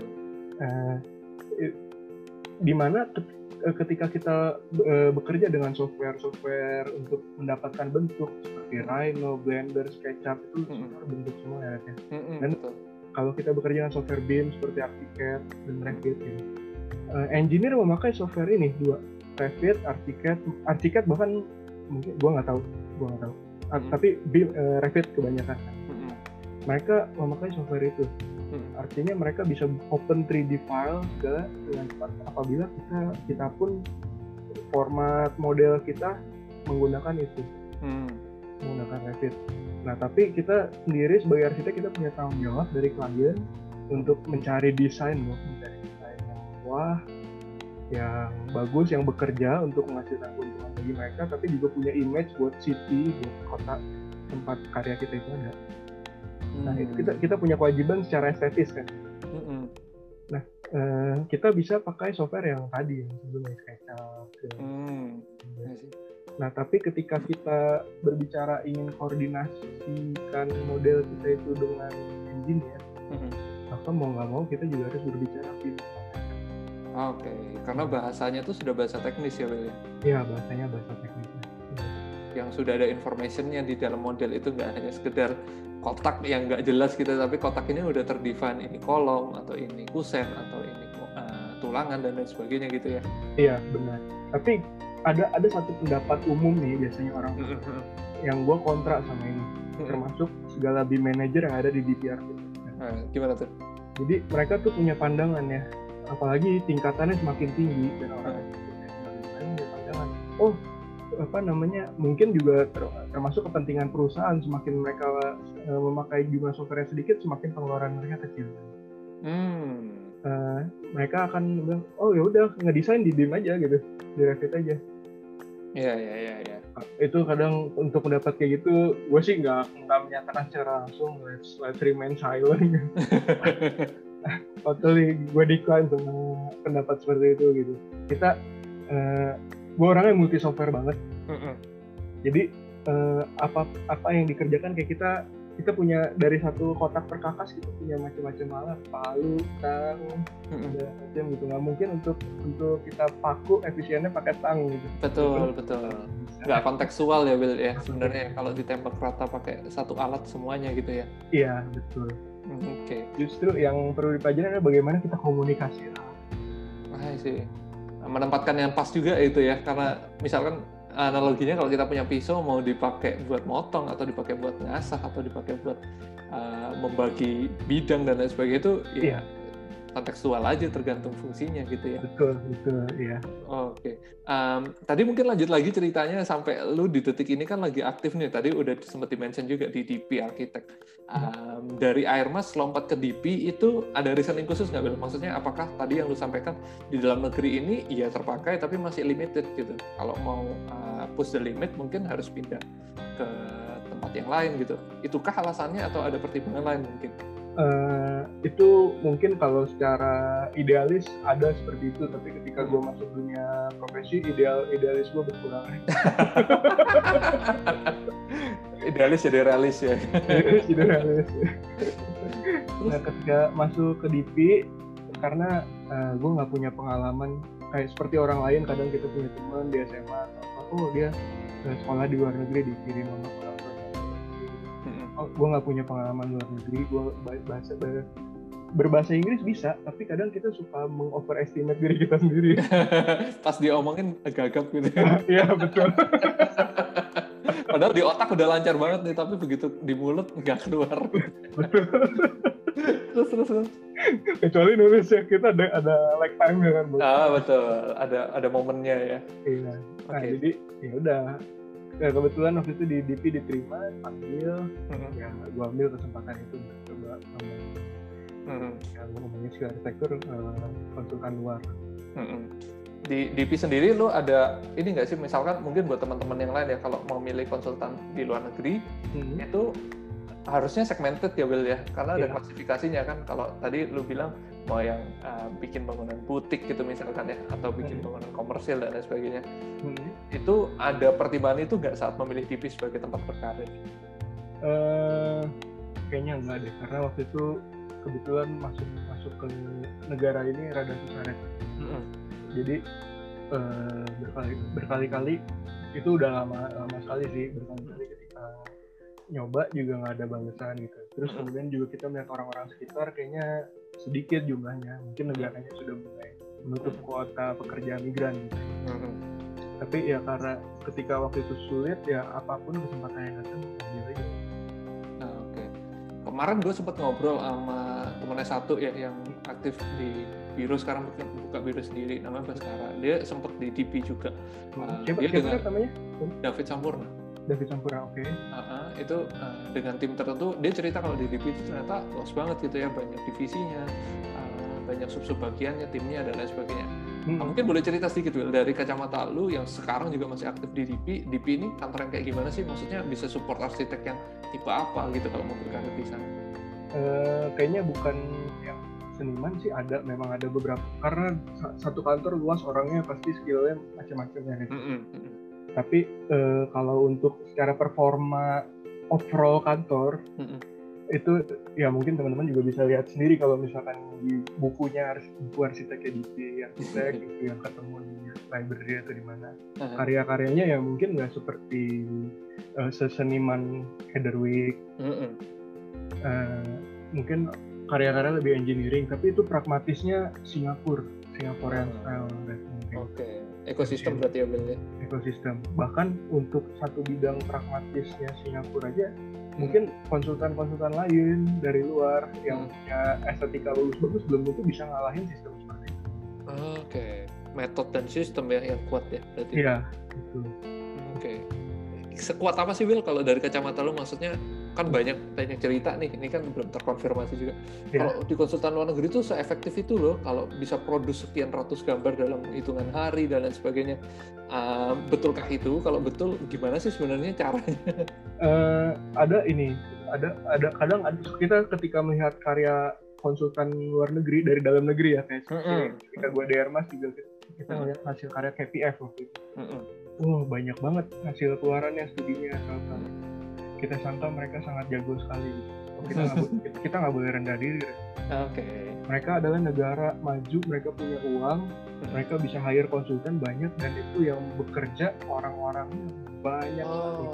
Dimana ketika kita bekerja dengan software untuk mendapatkan bentuk seperti Rhino, Blender, SketchUp itu semua bentuk semua ya. Dan betul. Kalau kita bekerja dengan software BIM seperti Archicad dan Revit, ya, engineer memakai software ini dua, Revit, Archicad bahkan mungkin gua nggak tahu. Tapi BIM, Revit kebanyakan. Mereka memakai software itu. Artinya mereka bisa open 3D file dengan cepat apabila kita pun format model kita menggunakan itu, menggunakan Revit. Nah, tapi kita sendiri sebagai arsitek kita punya tanggung jawab dari klien untuk mencari desain yang wah, yang bagus, yang bekerja untuk menghasilkan keuntungan bagi mereka, tapi juga punya image buat city, buat kota tempat karya kita itu ada. Nah, itu kita punya kewajiban secara estetis kan. Nah, kita bisa pakai software yang tadi, yang sebelumnya SketchUp. Nah, tapi ketika kita berbicara ingin koordinasikan model kita itu dengan engineer, maka mau nggak mau kita juga harus berbicara BIM. Oke, karena bahasanya itu sudah bahasa teknis ya, Will? Iya, bahasanya bahasa teknis. Yang sudah ada information-nya di dalam model itu, nggak hanya sekedar kotak yang nggak jelas gitu, tapi kotak ini udah terdefine, ini kolom, atau ini kusen, atau ini tulangan, dan lain sebagainya gitu ya? Iya, benar. Tapi ada satu pendapat umum nih biasanya orang yang gue kontra sama ini, termasuk segala BIM manager yang ada di DPR. Gimana tuh? Jadi mereka tuh punya pandangan ya, apalagi tingkatannya semakin tinggi dan orang punya pandangan. Mungkin juga termasuk kepentingan perusahaan, semakin mereka memakai jumlah software yang sedikit, semakin pengeluaran mereka kecil. Mereka akan bilang, oh ya udah ngedesain di BIM aja gitu, di Revit aja. Iya. Itu kadang untuk mendapat kayak gitu, gue sih nggak menyatakan secara langsung let's remain silent. Totally gue decline sama pendapat seperti itu gitu. Gue orangnya multi software banget. Jadi apa yang dikerjakan kayak kita punya dari satu kotak perkakas kita punya macam-macam alat, palu, tang, macam gitu. Nggak mungkin untuk kita paku efisiennya pakai tang gitu. Betul. Nggak kontekstual ya, Will ya sebenarnya kalau ditembak rata pakai satu alat semuanya gitu ya. Iya, betul. Oke. Justru yang perlu dipelajari adalah bagaimana kita komunikasi. Sih. Menempatkan yang pas juga itu ya, karena misalkan analoginya kalau kita punya pisau mau dipakai buat motong atau dipakai buat ngasah atau dipakai buat membagi bidang dan lain sebagainya itu ya kontekstual aja, tergantung fungsinya gitu ya. Betul ya. Oke. Tadi mungkin lanjut lagi ceritanya sampai lu di detik ini kan lagi aktif nih, tadi udah sempat di-mention juga di DP Architect. Dari Airmas lompat ke DP itu ada reasoning khusus nggak, Bel? Maksudnya apakah tadi yang lu sampaikan di dalam negeri ini iya terpakai tapi masih limited gitu. Kalau mau push the limit mungkin harus pindah ke tempat yang lain gitu. Itukah alasannya atau ada pertimbangan lain mungkin? Itu mungkin kalau secara idealis ada seperti itu, tapi ketika gue masuk dunia profesi idealis gue berkurang. Idealis jadi realis ya. Jadi realis. Nah, ketika masuk ke DP, karena gue nggak punya pengalaman kayak seperti orang lain, kadang kita punya teman di SMA atau dia sekolah di luar negeri dikirim sama orang tua. Gue nggak punya pengalaman luar negeri, gue berbahasa Inggris bisa, tapi kadang kita suka mengoverestimate diri kita sendiri. Pas diomongin gagap gitu. Iya, betul. Padahal di otak udah lancar banget nih, tapi begitu di mulut nggak keluar. Betul. Terus. Kecuali nulis ya, kita ada lag time ya kan. Betul. Ada momennya ya. Iya. Nah, jadi ya udah. Ya, kebetulan waktu itu di DP diterima, panggil, ya gue ambil kesempatan itu untuk coba ya gue ngomongin skill arsitektur konsultan luar. Di DP sendiri lo ada ini nggak sih, misalkan mungkin buat teman-teman yang lain ya, kalau mau milih konsultan di luar negeri itu harusnya segmented ya, Will ya, karena ada klasifikasinya kan. Kalau tadi lo bilang mau yang bikin bangunan butik gitu misalkan ya, atau bikin bangunan komersil dan lain sebagainya, itu ada pertimbangan itu nggak saat memilih DP sebagai tempat berkarir? Kayaknya enggak deh, karena waktu itu kebetulan masuk ke negara ini rada susah ya. Jadi berkali-kali itu udah lama sekali sih, berkali-kali ketika nyoba juga nggak ada balasan gitu. Terus kemudian juga kita melihat orang-orang sekitar kayaknya sedikit jumlahnya, mungkin negaranya sudah mulai menutup kuota pekerja migran gitu. Tapi ya karena ketika waktu itu sulit, ya apapun kesempatan yang datang ambil aja. Kemarin gue sempat ngobrol sama temennya satu ya yang aktif di biro, sekarang buka biro sendiri, namanya Baskara. Dia sempat di DP juga. Siapa namanya? David Sampurna. David Sampurna, oke. Itu dengan tim tertentu, dia cerita kalau di DP itu ternyata luas banget gitu ya, banyak divisinya, banyak sub-sub bagiannya, timnya dan lain sebagainya. Mungkin boleh cerita sedikit Will, dari kacamata lu yang sekarang juga masih aktif di DP ini kantor yang kayak gimana sih? Maksudnya bisa support arsitek yang tipe apa gitu kalau mau berkarir di sana? Kayaknya bukan yang seniman sih, memang ada beberapa, karena satu kantor luas, orangnya pasti skillnya macam-macam ya gitu. Tapi kalau untuk secara performa overall kantor, itu ya mungkin teman-teman juga bisa lihat sendiri kalau misalkan di buku arsiteknya di arsitek gitu yang ketemu di library atau di mana. Karya-karyanya ya mungkin nggak seperti seseniman Hederwig. Mungkin karya-karya lebih engineering, tapi itu pragmatisnya Singaporean style. Oke. Ekosistem berarti ya benar. Ekosistem. Bahkan untuk satu bidang pragmatisnya Singapura aja, mungkin konsultan-konsultan lain dari luar yang punya estetika bagus-bagus belum tentu bisa ngalahin sistem seperti itu. Oke. Metode dan sistem ya yang kuat ya berarti. Iya, betul. Oke. Sekuat apa sih Will kalau dari kacamata lu? Maksudnya kan banyak cerita nih, ini kan belum terkonfirmasi juga. Yeah. Kalau di konsultan luar negeri itu seefektif itu loh, kalau bisa produce sekian ratus gambar dalam hitungan hari dan lain sebagainya. Betulkah itu? Kalau betul, gimana sih sebenarnya caranya? Ada kadang kita ketika melihat karya konsultan luar negeri dari dalam negeri ya, kayak ketika gue di Hermas juga kita melihat hasil karya KPF waktu itu. Banyak banget hasil keluarannya, studinya, kita sangka mereka sangat jago sekali. Kita nggak boleh rendah diri. Mereka adalah negara maju, mereka punya uang, mereka bisa hire konsultan banyak, dan itu yang bekerja orang-orangnya banyak.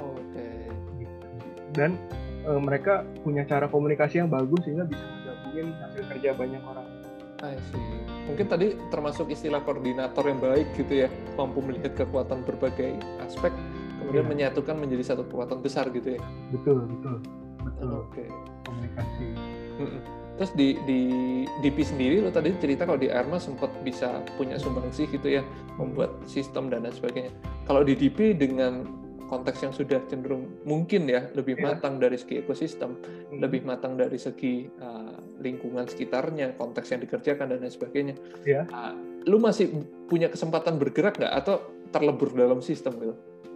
Dan mereka punya cara komunikasi yang bagus sehingga bisa menggabungin hasil kerja banyak orang. Mungkin tadi termasuk istilah koordinator yang baik gitu ya, mampu melihat kekuatan berbagai aspek, kemudian menyatukan menjadi satu kekuatan besar gitu ya. Betul. Komunikasi. Terus di DP sendiri lo tadi cerita kalau di Hermas sempat bisa punya sumbangsih gitu ya, membuat sistem dan lain sebagainya. Kalau di DP dengan konteks yang sudah cenderung mungkin ya lebih matang dari segi ekosistem, lebih matang dari segi lingkungan sekitarnya, konteks yang dikerjakan dan lain sebagainya. Lu masih punya kesempatan bergerak nggak atau terlebur dalam sistem gitu?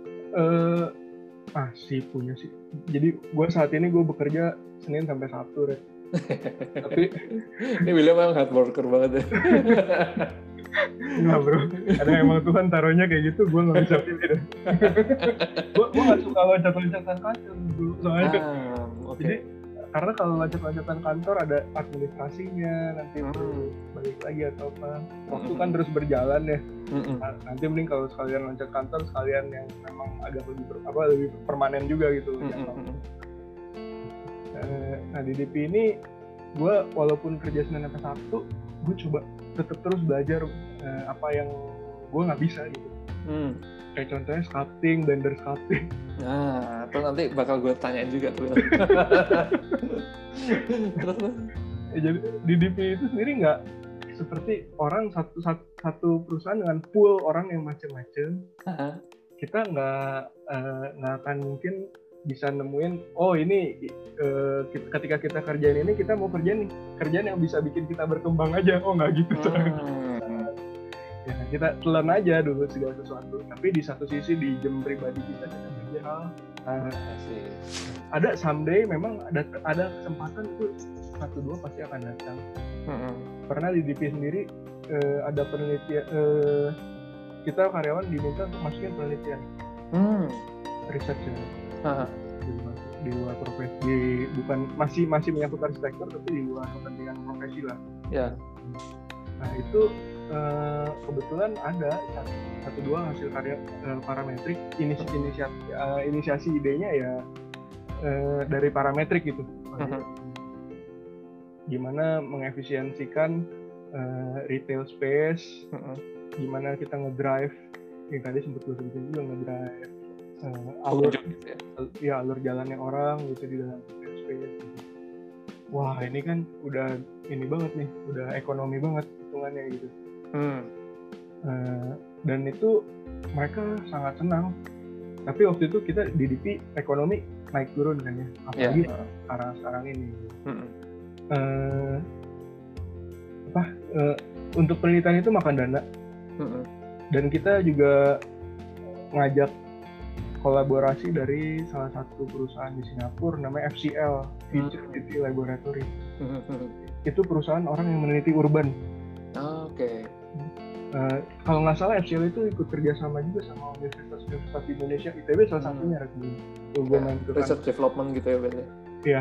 Masih punya sih. Jadi gue saat ini gue bekerja Senin sampai Sabtu, tapi ini William memang hard worker banget ya. Enggak bro, ada emang Tuhan taruhnya kayak gitu, gue nggak bisa pilih deh. Gue nggak suka loncat-loncatan kantor dulu soalnya. Jadi karena kalau loncat-loncatan kantor ada administrasinya, nanti balik lagi atau apa, waktu kan terus berjalan ya. Nanti mending kalau sekalian loncat kantor, sekalian yang memang agak lebih permanen juga gitu. Nah di DP ini gue walaupun kerja Senin sampai Sabtu, gue coba tetap terus belajar apa yang gue nggak bisa gitu. Kayak contohnya sculpting, blender sculpting. Nah, itu nanti bakal gue tanyain juga tuh. Terus? Jadi di DP itu sendiri nggak seperti orang satu perusahaan dengan pool orang yang macam-macam. Kita nggak akan mungkin bisa nemuin, ini ketika kita kerjain ini kita mau kerjaan yang bisa bikin kita berkembang aja. Nggak gitu. Ya kita telan aja dulu segala sesuatu, tapi di satu sisi di jam pribadi kita belajar hal. Ada someday memang ada kesempatan itu 1-2 pasti akan datang. Pernah di DP sendiri ada penelitian, kita karyawan diminta untuk masukin penelitian research profesi, bukan masih menyangkut arsitektur tapi di luar kepentingan profesi lah. Ya. Nah itu kebetulan ada satu dua hasil karya parametrik, inisiasi idenya ya dari parametrik gitu. Gimana mengefisiensikan retail space, gimana kita ngedrive yang tadi sempat gue sebutin juga, ngedrive alur jalannya orang gitu di dalam retail space gitu. Wah ini kan udah ini banget nih, udah ekonomi banget hitungannya gitu. Dan itu mereka sangat senang. Tapi waktu itu kita di DP ekonomi naik turun kan ya, apalagi sekarang ini. Untuk penelitian itu makan dana. Dan kita juga ngajak kolaborasi dari salah satu perusahaan di Singapura namanya FCL, Future City Laboratory. Itu perusahaan orang yang meneliti urban. Oke. Kalau nggak salah FCL itu ikut kerjasama juga sama Universitas di Indonesia, ITB salah satunya research development gitu ya berarti. Iya.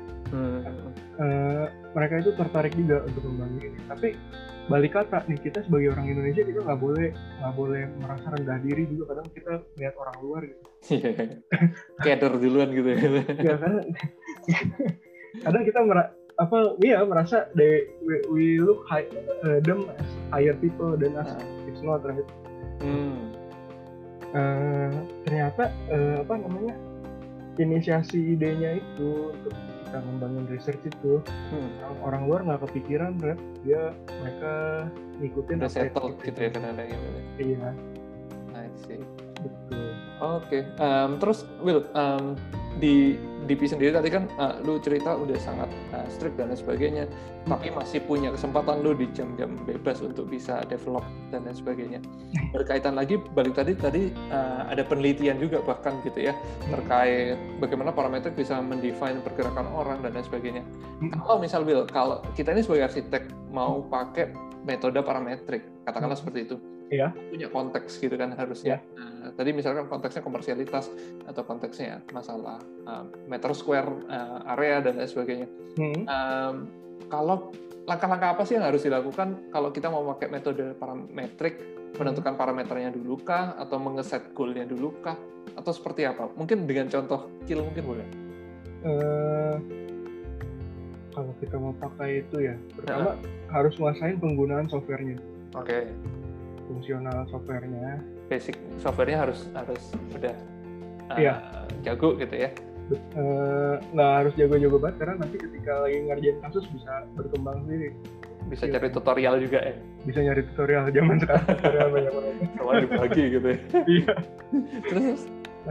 Mereka itu tertarik juga untuk membangun ini. Tapi balik kata nih, kita sebagai orang Indonesia kita nggak boleh merasa rendah diri juga. Kadang kita lihat orang luar gitu. Keder duluan gitu ya. Ya kan. Kadang kita merasa we look them as higher people than us. It's not right. Ternyata inisiasi idenya itu untuk kita membangun research itu orang luar nggak kepikiran, mereka ngikutin udah settle gitu ya kadang-kadang. Iya. I see. Betul. Oke. Terus Will, di DP sendiri tadi kan lu cerita udah sangat strict dan lain sebagainya, tapi masih punya kesempatan lu di jam-jam bebas untuk bisa develop dan lain sebagainya. Berkaitan lagi balik tadi ada penelitian juga bahkan gitu ya terkait bagaimana parametrik bisa mendefine pergerakan orang dan lain sebagainya. Kalau misal Will, kalau kita ini sebagai arsitek mau pakai metode parametrik, katakanlah seperti itu. Iya. Punya konteks gitu kan harusnya. Tadi misalkan konteksnya komersialitas atau konteksnya masalah meter square area dan lain sebagainya. Kalau langkah-langkah apa sih yang harus dilakukan kalau kita mau pakai metode parametrik, menentukan parameternya dulu kah atau mengeset goal-nya dulu kah atau seperti apa? Mungkin dengan contoh kecil mungkin boleh. Kalau kita mau pakai itu ya, pertama harus nguasain penggunaan softwarenya. Oke. Fungsional softwarenya, basic softwarenya harus udah jago gitu ya. Nggak harus jago-jago banget karena nanti ketika lagi ngerjain kasus bisa berkembang sendiri. Bisa cari tutorial juga ya. Bisa nyari tutorial zaman sekarang, tutorial banyak banget. Semua dibagi gitu ya. Iya. Terus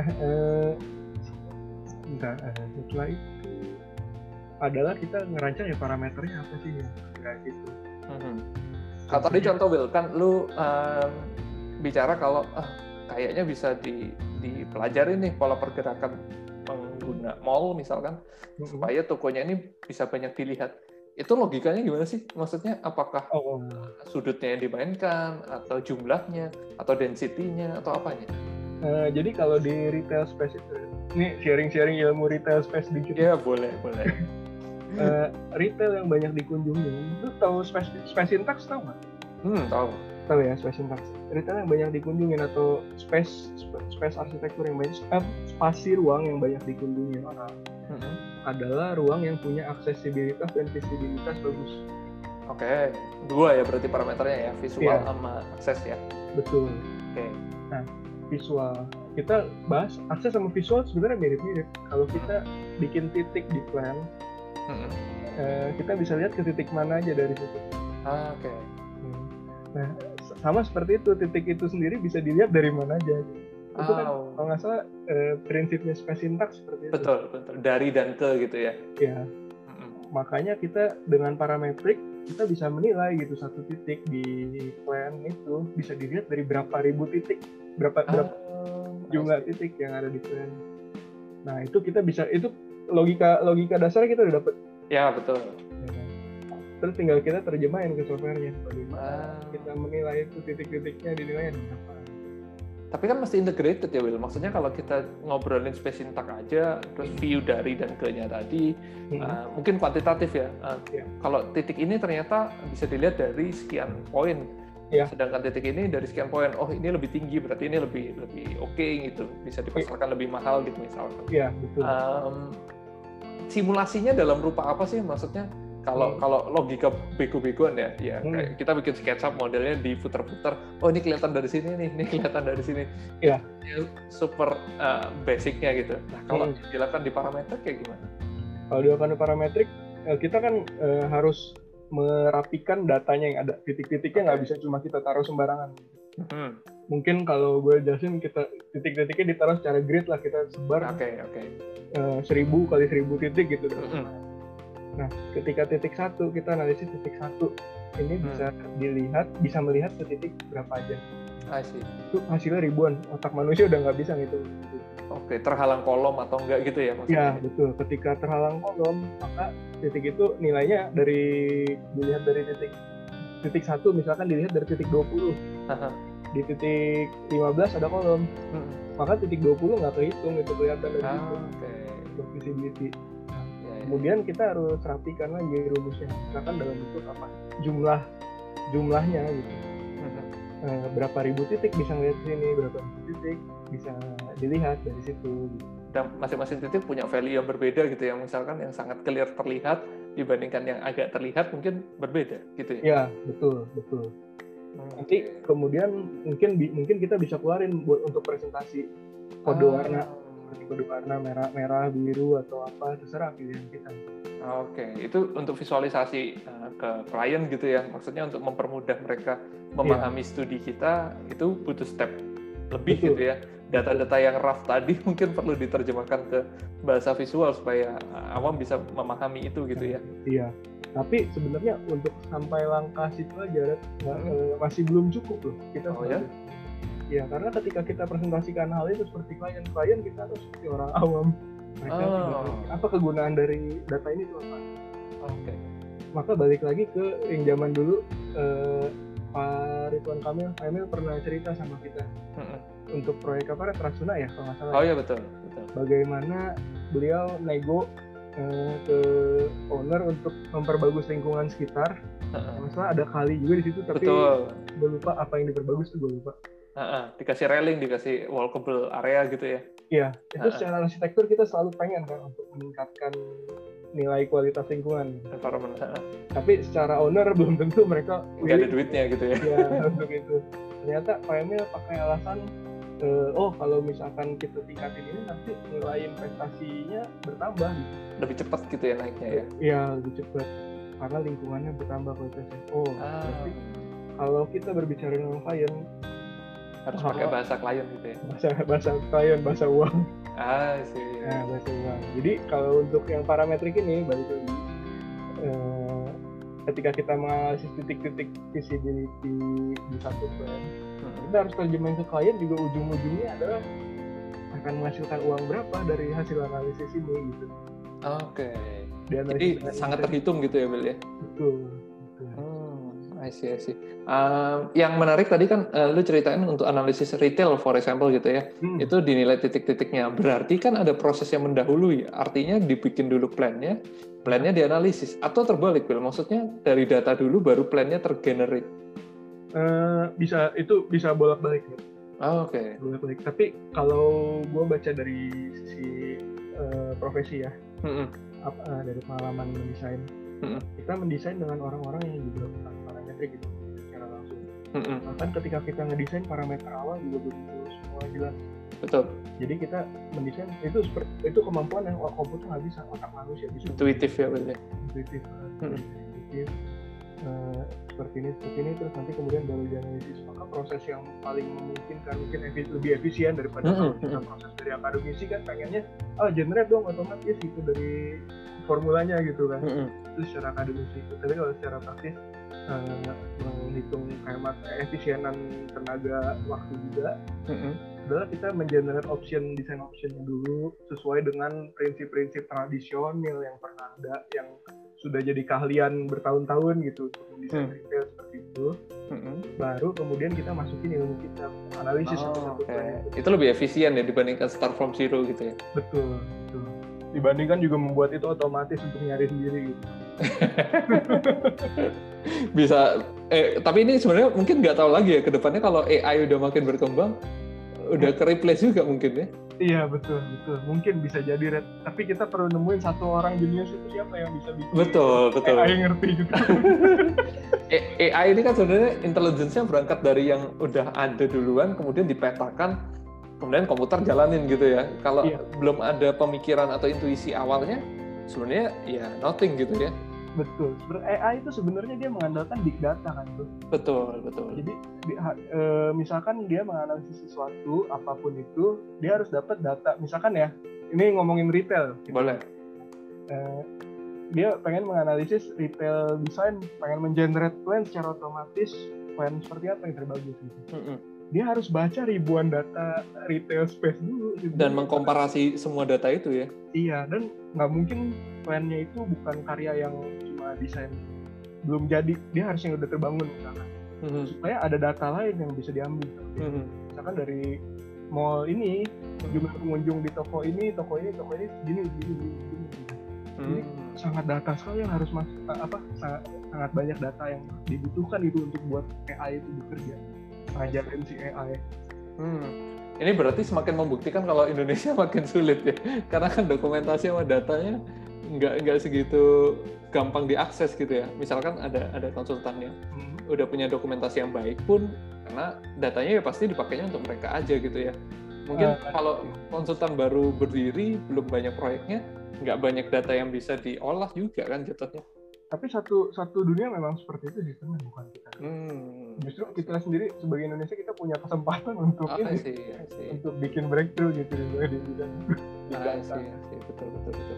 setelah itu adalah kita ngerancang ya parameternya apa sih yang kayak gitu. Kalau tadi contoh Will, kan lu bicara kalau kayaknya bisa dipelajari nih pola pergerakan pengguna mall misalkan supaya tokonya ini bisa banyak dilihat. Itu logikanya gimana sih? Maksudnya apakah sudutnya yang dimainkan atau jumlahnya atau density-nya atau apanya? Jadi kalau di retail space itu, ini sharing-sharing ilmu retail space dikit. Ya boleh. Retail yang banyak dikunjungi, lu tahu space syntax tahu nggak? Tahu ya space syntax. Retail yang banyak dikunjungin atau space arsitektur yang banyak, spasi ruang yang banyak dikunjungi orang adalah ruang yang punya aksesibilitas dan visibilitas bagus. Oke, dua ya berarti parameternya ya, visual sama akses ya. Betul. Oke. Nah, visual kita bahas akses sama visual sebenarnya mirip-mirip. Kalau kita bikin titik di plan, kita bisa lihat ke titik mana aja dari situ. Oke. Nah, sama seperti itu, titik itu sendiri bisa dilihat dari mana aja. Itu kan kalau nggak salah prinsipnya space syntax seperti itu. Betul. Dari dan ke gitu ya. Iya. Makanya kita dengan parametrik kita bisa menilai gitu satu titik di plan itu bisa dilihat dari berapa ribu titik, berapa jumlah titik yang ada di plan. Nah itu kita bisa, itu logika dasarnya kita udah dapet. Ya betul. Terus tinggal kita terjemahin ke softwarenya bagaimana kita menilai itu titik-titiknya dinilai berapa. Tapi kan mesti integrated ya, Will. Maksudnya kalau kita ngobrolin space syntax aja, terus view dari dan ke-nya tadi, mungkin kuantitatif ya. Kalau titik ini ternyata bisa dilihat dari sekian poin. Sedangkan titik ini dari sekian poin, oh ini lebih tinggi, berarti ini lebih oke gitu. Bisa dipasarkan lebih mahal gitu misalkan. Iya, betul. Simulasinya dalam rupa apa sih? Maksudnya kalau logika bego-begoan ya kayak kita bikin SketchUp modelnya diputar-putar, oh ini kelihatan dari sini nih, ini kelihatan dari sini. Iya. Super basicnya gitu. Nah kalau dilakukan di parametrik kayak gimana? Kalau dilakukan di parametrik, kita kan harus merapikan datanya yang ada. Titik-titiknya nggak bisa cuma kita taruh sembarangan. Mungkin kalau gue jelasin, kita titik-titiknya ditaruh secara grid lah, kita sebar 1000 kali 1000 titik gitu. Nah, ketika titik 1 kita analisis titik 1 ini bisa melihat ke titik berapa aja. Itu hasilnya ribuan. Otak manusia udah nggak bisa gitu. Oke, terhalang kolom atau enggak gitu ya maksudnya? Ya, betul. Ketika terhalang kolom, maka titik itu nilainya dilihat dari titik 1 misalkan dilihat dari titik 20. Di titik 15 ada kolom. Maka titik 20 nggak kehitung, itu kelihatan dari situ. Visibility. Kemudian kita harus rapikan lagi rumusnya, misalkan dalam bentuk apa, jumlahnya gitu. Berapa ribu titik bisa ngeliat sini, berapa ribu titik bisa dilihat dari situ. Dan masing-masing titik punya value yang berbeda gitu ya, misalkan yang sangat clear terlihat dibandingkan yang agak terlihat mungkin berbeda gitu ya. Ya, betul. Nanti kemudian mungkin kita bisa keluarin buat untuk presentasi kode warna merah, biru atau apa, terserah pilihan kita. Oke, itu untuk visualisasi ke klien gitu ya, maksudnya untuk mempermudah mereka memahami studi kita, itu butuh step lebih gitu ya. Data-data yang rough tadi mungkin perlu diterjemahkan ke bahasa visual supaya awam bisa memahami itu gitu ya. Iya, tapi sebenarnya untuk sampai langkah situ aja masih belum cukup loh kita. Ya, karena ketika kita presentasikan hal itu seperti klien kita harus seperti orang awam. Mereka apa kegunaan dari data ini itu apa? Maka balik lagi ke yang zaman dulu, Pak Ridwan Kamil pernah cerita sama kita untuk proyek apa, Rasuna ya kalau nggak salah. Oh iya betul. Bagaimana beliau nego ke owner untuk memperbagus lingkungan sekitar. Masalah ada kali juga di situ, tapi gue lupa apa yang diperbagus tuh, gue lupa. Dikasih railing, dikasih walkable area gitu ya. Iya, itu secara arsitektur kita selalu pengen kan untuk meningkatkan nilai kualitas lingkungan. Environment. Tapi secara owner belum tentu mereka nggak ada duitnya gitu ya. Iya, untuk itu. Ternyata Pak Emil pakai alasan, kalau misalkan kita tingkatin ini nanti nilai investasinya bertambah. Lebih cepat gitu ya naiknya ya? Iya, lebih cepat. Karena lingkungannya bertambah kualitasnya. Berarti kalau kita berbicara dengan klien, harus pakai bahasa klien gitu ya? Bahasa klien, bahasa uang. Sih. Nah, bahasa uang. Jadi kalau untuk yang parametrik ini, balik lagi, ketika kita menganalisis titik-titik visibility di satu plan, kita harus terjemahin ke klien juga ujung-ujungnya adalah akan menghasilkan uang berapa dari hasil analisis ini gitu. Oke. Jadi sangat terhitung gitu ya, Bill ya? Betul. I see. Yang menarik tadi kan lu ceritain untuk analisis retail for example gitu ya. Itu dinilai titik-titiknya. Berarti kan ada proses yang mendahului. Artinya dibikin dulu plannya dianalisis. Atau terbalik, Bill. Maksudnya dari data dulu baru plannya tergenerate. Bisa bolak-balik. Oke. Bolak-balik. Tapi kalau gue baca dari sisi profesi ya, dari pengalaman mendesain, kita mendesain dengan orang-orang yang juga bukan parametrik gitu secara langsung. Bahkan ketika kita ngedesain parameter awal juga begitu semua jelas. Betul. Jadi kita mendesain itu kemampuan yang komputer nggak bisa, otak manusia bisa. Intuitif ya betul. Intuitif. Seperti ini terus nanti kemudian baru dianalisis. Maka proses yang paling memungkinkan mungkin lebih efisien daripada kalau kita proses dari akademisi kan pengennya generate dong otomatis gitu dari formulanya gitu kan. Itu secara akademisi. Tapi kalau secara praktis menghitung hemat efisienan tenaga waktu juga adalah kita mengenerate desain optionnya dulu sesuai dengan prinsip-prinsip tradisional yang pernah ada, yang sudah jadi keahlian bertahun-tahun gitu untuk mendesain retail seperti itu. Baru kemudian kita masukin ilmu kita, analisis satu-satu plan. Itu lebih efisien ya dibandingkan start from zero gitu ya. Betul. Dibandingkan juga membuat itu otomatis untuk nyari sendiri gitu. Bisa, tapi ini sebenarnya mungkin nggak tahu lagi ya ke depannya kalau AI udah makin berkembang, udah ke-replace juga mungkin ya. Iya betul. Mungkin bisa jadi, tapi kita perlu nemuin satu orang jenius itu siapa yang bisa bikin. Betul. AI ngerti gitu. AI ini kan sebenarnya intelligence-nya berangkat dari yang udah ada duluan, kemudian dipetakan, kemudian komputer jalanin gitu ya. Kalau belum ada pemikiran atau intuisi awalnya, sebenarnya ya nothing gitu ya. Betul. AI itu sebenarnya dia mengandalkan big data kan tuh. Betul. Jadi misalkan dia menganalisis sesuatu apapun itu, dia harus dapat data. Misalkan ya, ini ngomongin retail. Gitu. Boleh. Dia pengen menganalisis retail design, pengen mengenerate plan secara otomatis, plan seperti apa yang terbagus gitu. Dia harus baca ribuan data retail space dulu. Gitu. Dan mengkomparasi semua data itu ya. Iya, dan nggak mungkin plannya itu bukan karya yang cuma desain belum jadi, dia harus yang udah terbangun misalkan. Supaya ada data lain yang bisa diambil. Misalkan dari mall ini, jumlah pengunjung di toko ini gini. Jadi sangat data sekali yang harus sangat banyak data yang dibutuhkan itu untuk buat AI itu bekerja. Ngajarin si AI. Ini berarti semakin membuktikan kalau Indonesia makin sulit ya, karena kan dokumentasi sama datanya nggak segitu gampang diakses gitu ya. Misalkan ada konsultannya, udah punya dokumentasi yang baik pun, karena datanya ya pasti dipakainya untuk mereka aja gitu ya. Mungkin kalau konsultan baru berdiri, belum banyak proyeknya, nggak banyak data yang bisa diolah juga kan jatuhnya. Tapi satu dunia memang seperti itu sistemnya, bukan kita. Justru kita sendiri sebagai Indonesia kita punya kesempatan untuk untuk bikin breakthrough gitu di bidang data. Betul.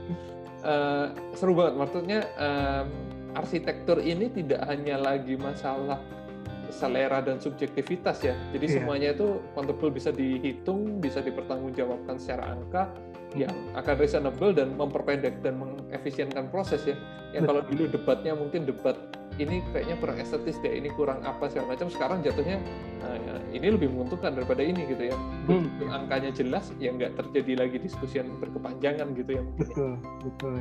Seru banget, maksudnya arsitektur ini tidak hanya lagi masalah selera dan subjektivitas ya. Jadi semuanya itu countable, bisa dihitung, bisa dipertanggungjawabkan secara angka yang akan reasonable dan memperpendek dan mengefisienkan proses ya. Yang kalau dulu debatnya mungkin debat ini kayaknya kurang estetis deh, ini kurang apa segala macam, sekarang jatuhnya ini lebih menguntungkan daripada ini gitu ya. Begitu angkanya jelas ya nggak terjadi lagi diskusi yang berkepanjangan gitu ya. Betul.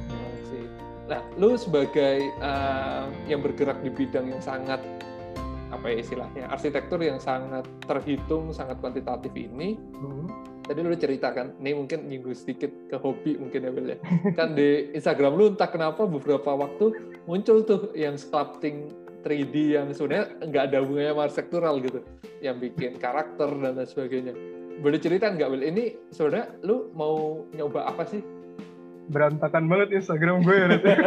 Nah, lu sebagai yang bergerak di bidang yang sangat apa ya istilahnya, arsitektur yang sangat terhitung, sangat kuantitatif ini, tadi lu ceritakan, ini mungkin nyinggung sedikit ke hobi mungkin ya Will ya. Kan di Instagram lu entah kenapa beberapa waktu muncul tuh yang sculpting 3D yang sebenarnya nggak ada hubungannya sama arsitektural gitu, yang bikin karakter dan lain sebagainya. Boleh cerita nggak Will? Ini sebenarnya lu mau nyoba apa sih? Berantakan banget Instagram gue ya.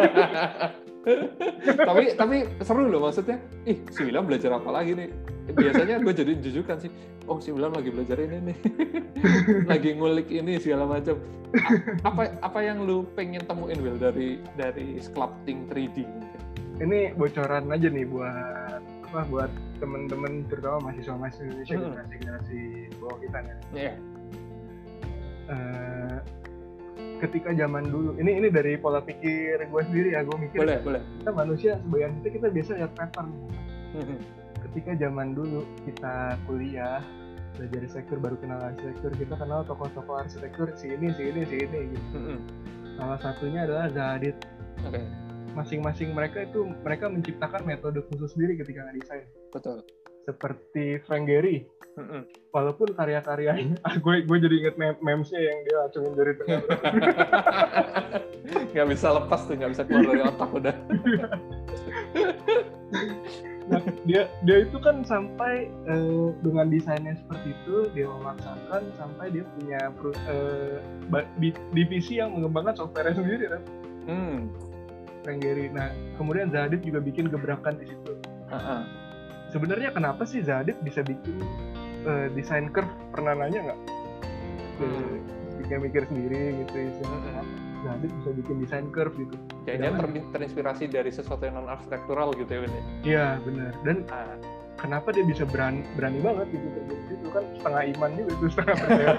tapi seru loh, maksudnya si William belajar apa lagi nih, biasanya gue jadi jujukan sih, si William lagi belajar ini nih lagi ngulik ini segala macam. Apa yang lu pengen temuin Will dari sculpting 3D mungkin? Ini bocoran aja nih buat teman-teman terutama mahasiswa Indonesia generasi bawah kita ya. Ketika zaman dulu, ini dari pola pikir gue sendiri ya, gue mikir boleh. Kita manusia sebagian kita biasa lihat pattern. Ketika zaman dulu kita kuliah belajar arsitektur, baru kenal arsitektur, kita kenal tokoh-tokoh arsitektur si ini gitu. Salah satunya adalah Zahadid. Masing-masing mereka menciptakan metode khusus sendiri ketika ngedesain. Betul. Seperti Frank Gehry. Walaupun karya-karyanya, gue jadi inget memesnya yang dia acungin dari tengah. Nggak bisa lepas tuh, nggak bisa keluar dari otak udah. Nah, dia itu kan sampai dengan desainnya seperti itu, dia memaksakan sampai dia punya divisi yang mengembangkan software sendiri kan. Frank Gehry. Nah, kemudian Zahadid juga bikin gebrakan di situ. Sebenarnya kenapa sih Zahadid bisa bikin desain curve? Pernah nanya nggak? Mikir sendiri gitu. Zahadid bisa bikin desain curve gitu. Kayaknya terinspirasi dari sesuatu yang non arsitektural gitu ya Win? Iya benar. Dan kenapa dia bisa berani banget gitu terjadi itu kan setengah iman juga itu, setengah percaya.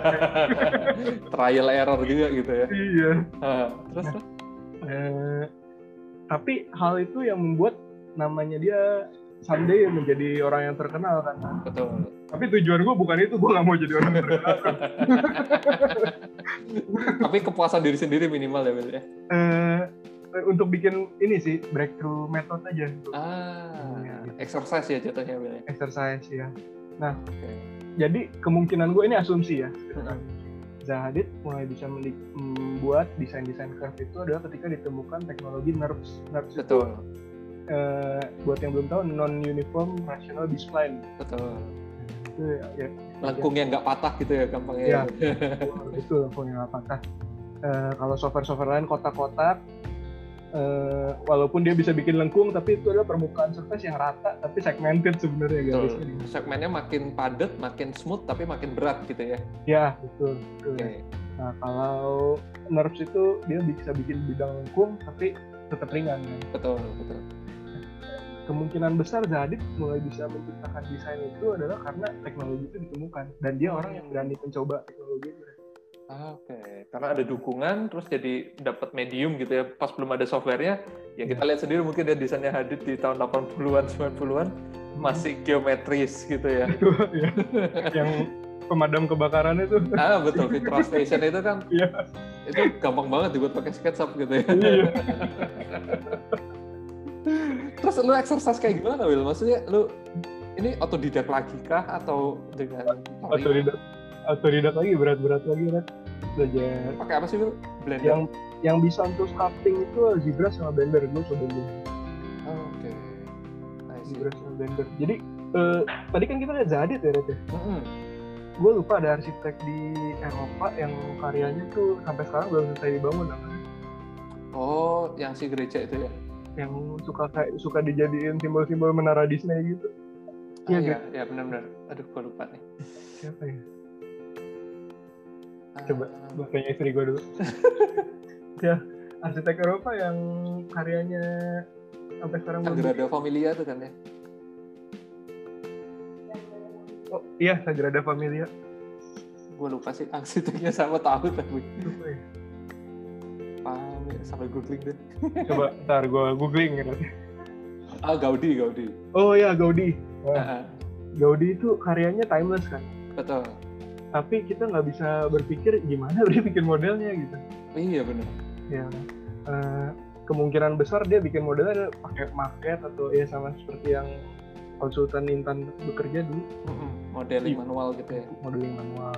Trial error juga gitu ya. Iya. Terus? Tapi hal itu yang membuat namanya dia someday menjadi orang yang terkenal kan. Betul. Tapi tujuan gue bukan itu, gue nggak mau jadi orang yang terkenal. Tapi kepuasan diri sendiri minimal ya, Will ya. Untuk bikin ini sih breakthrough method aja. Exercise ya jatuhnya, Will. Exercise ya. Nah, jadi kemungkinan gue ini asumsi ya. Zaha Hadid mulai bisa membuat desain-desain curve itu adalah ketika ditemukan teknologi NURBS. NURBS betul. Buat yang belum tahu, non-uniform rational B-spline. Betul. Itu ya. Lengkung yang nggak patah gitu ya gampangnya. Ya, itu lengkung yang nggak patah. Kalau software lain kotak-kotak, walaupun dia bisa bikin lengkung, tapi itu adalah permukaan surface yang rata, tapi segmented sebenarnya garisnya. Segmennya makin padat, makin smooth, tapi makin berat gitu ya. Ya, betul. Okay. Nah, kalau NURBS itu dia bisa bikin bidang lengkung, tapi tetap ringan kan? Betul. Kemungkinan besar Zaha Hadid mulai bisa menciptakan desain itu adalah karena teknologi itu ditemukan, dan dia orang yang berani mencoba teknologi itu. Oke, karena ada dukungan, terus jadi dapat medium gitu ya. Pas belum ada softwarenya, ya kita lihat sendiri mungkin dia desainnya Hadid di tahun 80-an, 90-an masih geometris gitu ya. Yang pemadam kebakaran itu. Betul, Fitra Station itu kan, itu gampang banget dibuat pakai SketchUp gitu ya. Terus lu exercise kayak gimana, Will? Maksudnya lu ini otodidak lagi kah atau dengan otodidak lagi, berat lagi kan? Belajar. Pakai apa sih, Will? Blender. Yang bisa untuk sculpting itu Zebra sama Blender. Gue coba dulu. Oke. Zebra sama Blender. Jadi tadi kan kita lihat Zaha Hadid ya, Red ya? Gue lupa ada arsitek di Eropa yang karyanya tuh sampai sekarang belum selesai dibangun namanya. Oh, yang si gereja itu ya? Yang suka dijadiin simbol-simbol menara Disney gitu. Iya benar-benar. Aduh, gue lupa nih. Siapa ya? Coba gue tanya istri gue dulu. Ya, arsitek Eropa yang karyanya sampai sekarang Sagrada Familia tuh kan ya? Oh iya, Sagrada Familia. Gue lupa sih arsiteknya, sama tahu tapi. Lupa ya. Sampai googling deh. Coba ntar gue googling gitu. Gaudi. Oh iya, Gaudi. Gaudi itu karyanya timeless kan? Betul. Tapi kita nggak bisa berpikir gimana dia bikin modelnya gitu. Iya benar. Ya, kemungkinan besar dia bikin modelnya pakai maket atau ya sama seperti yang konsultan Intan bekerja dulu. Modeling manual gitu ya. Modeling manual.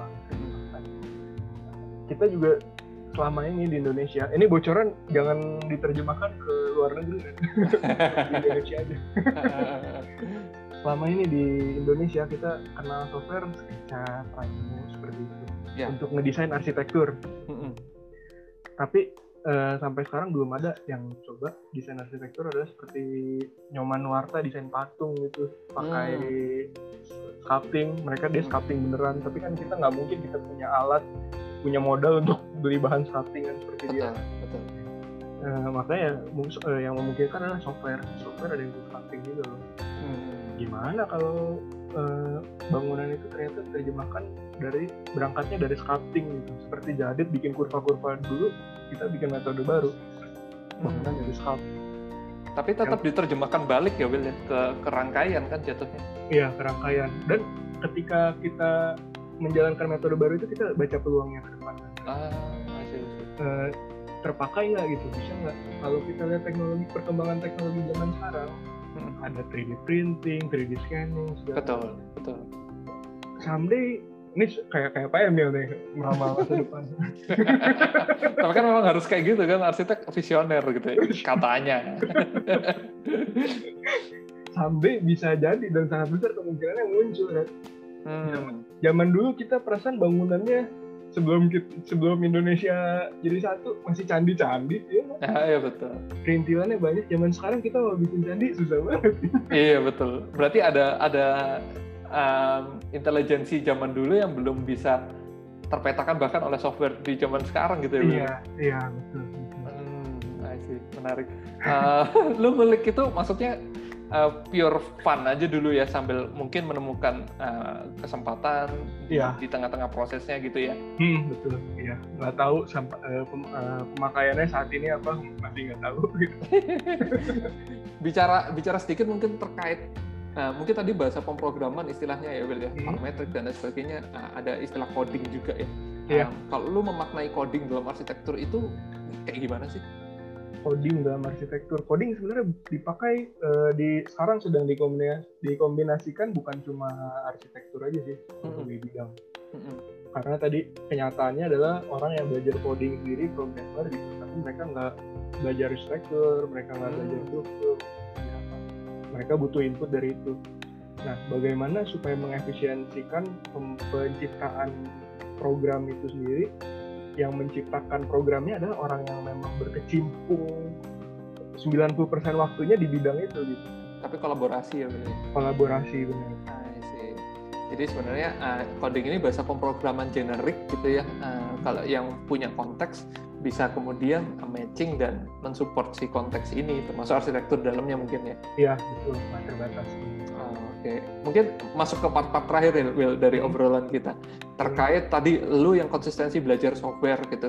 Kita juga selama ini di Indonesia, ini bocoran jangan diterjemahkan ke luar negeri kan? Di Indonesia aja. Selama ini di Indonesia kita kenal software SketchUp, Rhino seperti itu untuk ngedesain arsitektur. Tapi sampai sekarang belum ada yang coba desain arsitektur adalah seperti Nyoman Nuarta desain patung gitu, pakai sculpting. Mereka dia sculpting beneran, tapi kan kita nggak mungkin kita punya alat, punya modal untuk beli bahan sculpting kan seperti dia. Betul. Makanya yang memungkinkan adalah software ada yang sculpting juga loh. Gimana kalau bangunan itu ternyata terjemahkan berangkatnya dari sculpting gitu. Seperti Zaha Hadid bikin kurva-kurva dulu, kita bikin metode baru. Bangunan dari sculpting. Tapi tetap diterjemahkan balik ya, Will, ke rangkaian kan jatuhnya. Iya, ke rangkaian. Dan ketika kita menjalankan metode baru itu kita baca peluangnya ke depan. Terpakai nggak gitu, bisa nggak? Kalau kita lihat perkembangan teknologi zaman sekarang, ada 3D printing, 3D scanning, segala. Betul. Someday ini kayak Pak Emil nih meramal masa depan. Tapi kan memang harus kayak gitu kan, arsitek visioner gitu ya, katanya. Someday bisa jadi dan sangat besar kemungkinannya muncul kan. Zaman dulu kita perasaan bangunannya sebelum Indonesia jadi satu masih candi-candi ya. Iya betul. Perintilannya banyak. Zaman sekarang kita mau bikin candi susah banget. Iya betul. Berarti ada intelijensi zaman dulu yang belum bisa terpetakan bahkan oleh software di zaman sekarang gitu ya. Iya betul. I see. Menarik. Lu ngulik itu maksudnya pure fun aja dulu ya, sambil mungkin menemukan kesempatan di tengah-tengah prosesnya gitu ya. Betul, iya. Nggak tahu pemakaiannya saat ini apa, masih nggak tahu. Gitu. bicara sedikit mungkin terkait mungkin tadi bahasa pemrograman istilahnya ya Will ya, parametrik dan lain sebagainya, ada istilah coding juga ya. Kalau lu memaknai coding dalam arsitektur itu kayak gimana sih? Coding dalam arsitektur, coding sebenarnya dipakai sekarang sedang dikombinasikan bukan cuma arsitektur aja sih di bidang. Karena tadi kenyataannya adalah orang yang belajar coding sendiri, programmer gitu, tapi mereka nggak belajar arsitektur, mereka nggak belajar struktur, mereka butuh input dari itu. Nah, bagaimana supaya mengefisiensikan penciptaan program itu sendiri? Yang menciptakan programnya adalah orang yang memang berkecimpung 90% waktunya di bidang itu gitu. Tapi kolaborasi ya benar. Kolaborasi benar. Jadi sebenarnya coding ini bahasa pemrograman generik gitu ya. Kalau yang punya konteks bisa kemudian matching dan mensupport si konteks ini, termasuk arsitektur dalamnya mungkin ya. Iya, betul, terbatas. Oke. Mungkin masuk ke part-part terakhir ya, Will, dari obrolan kita. Terkait tadi lu yang konsistensi belajar software gitu.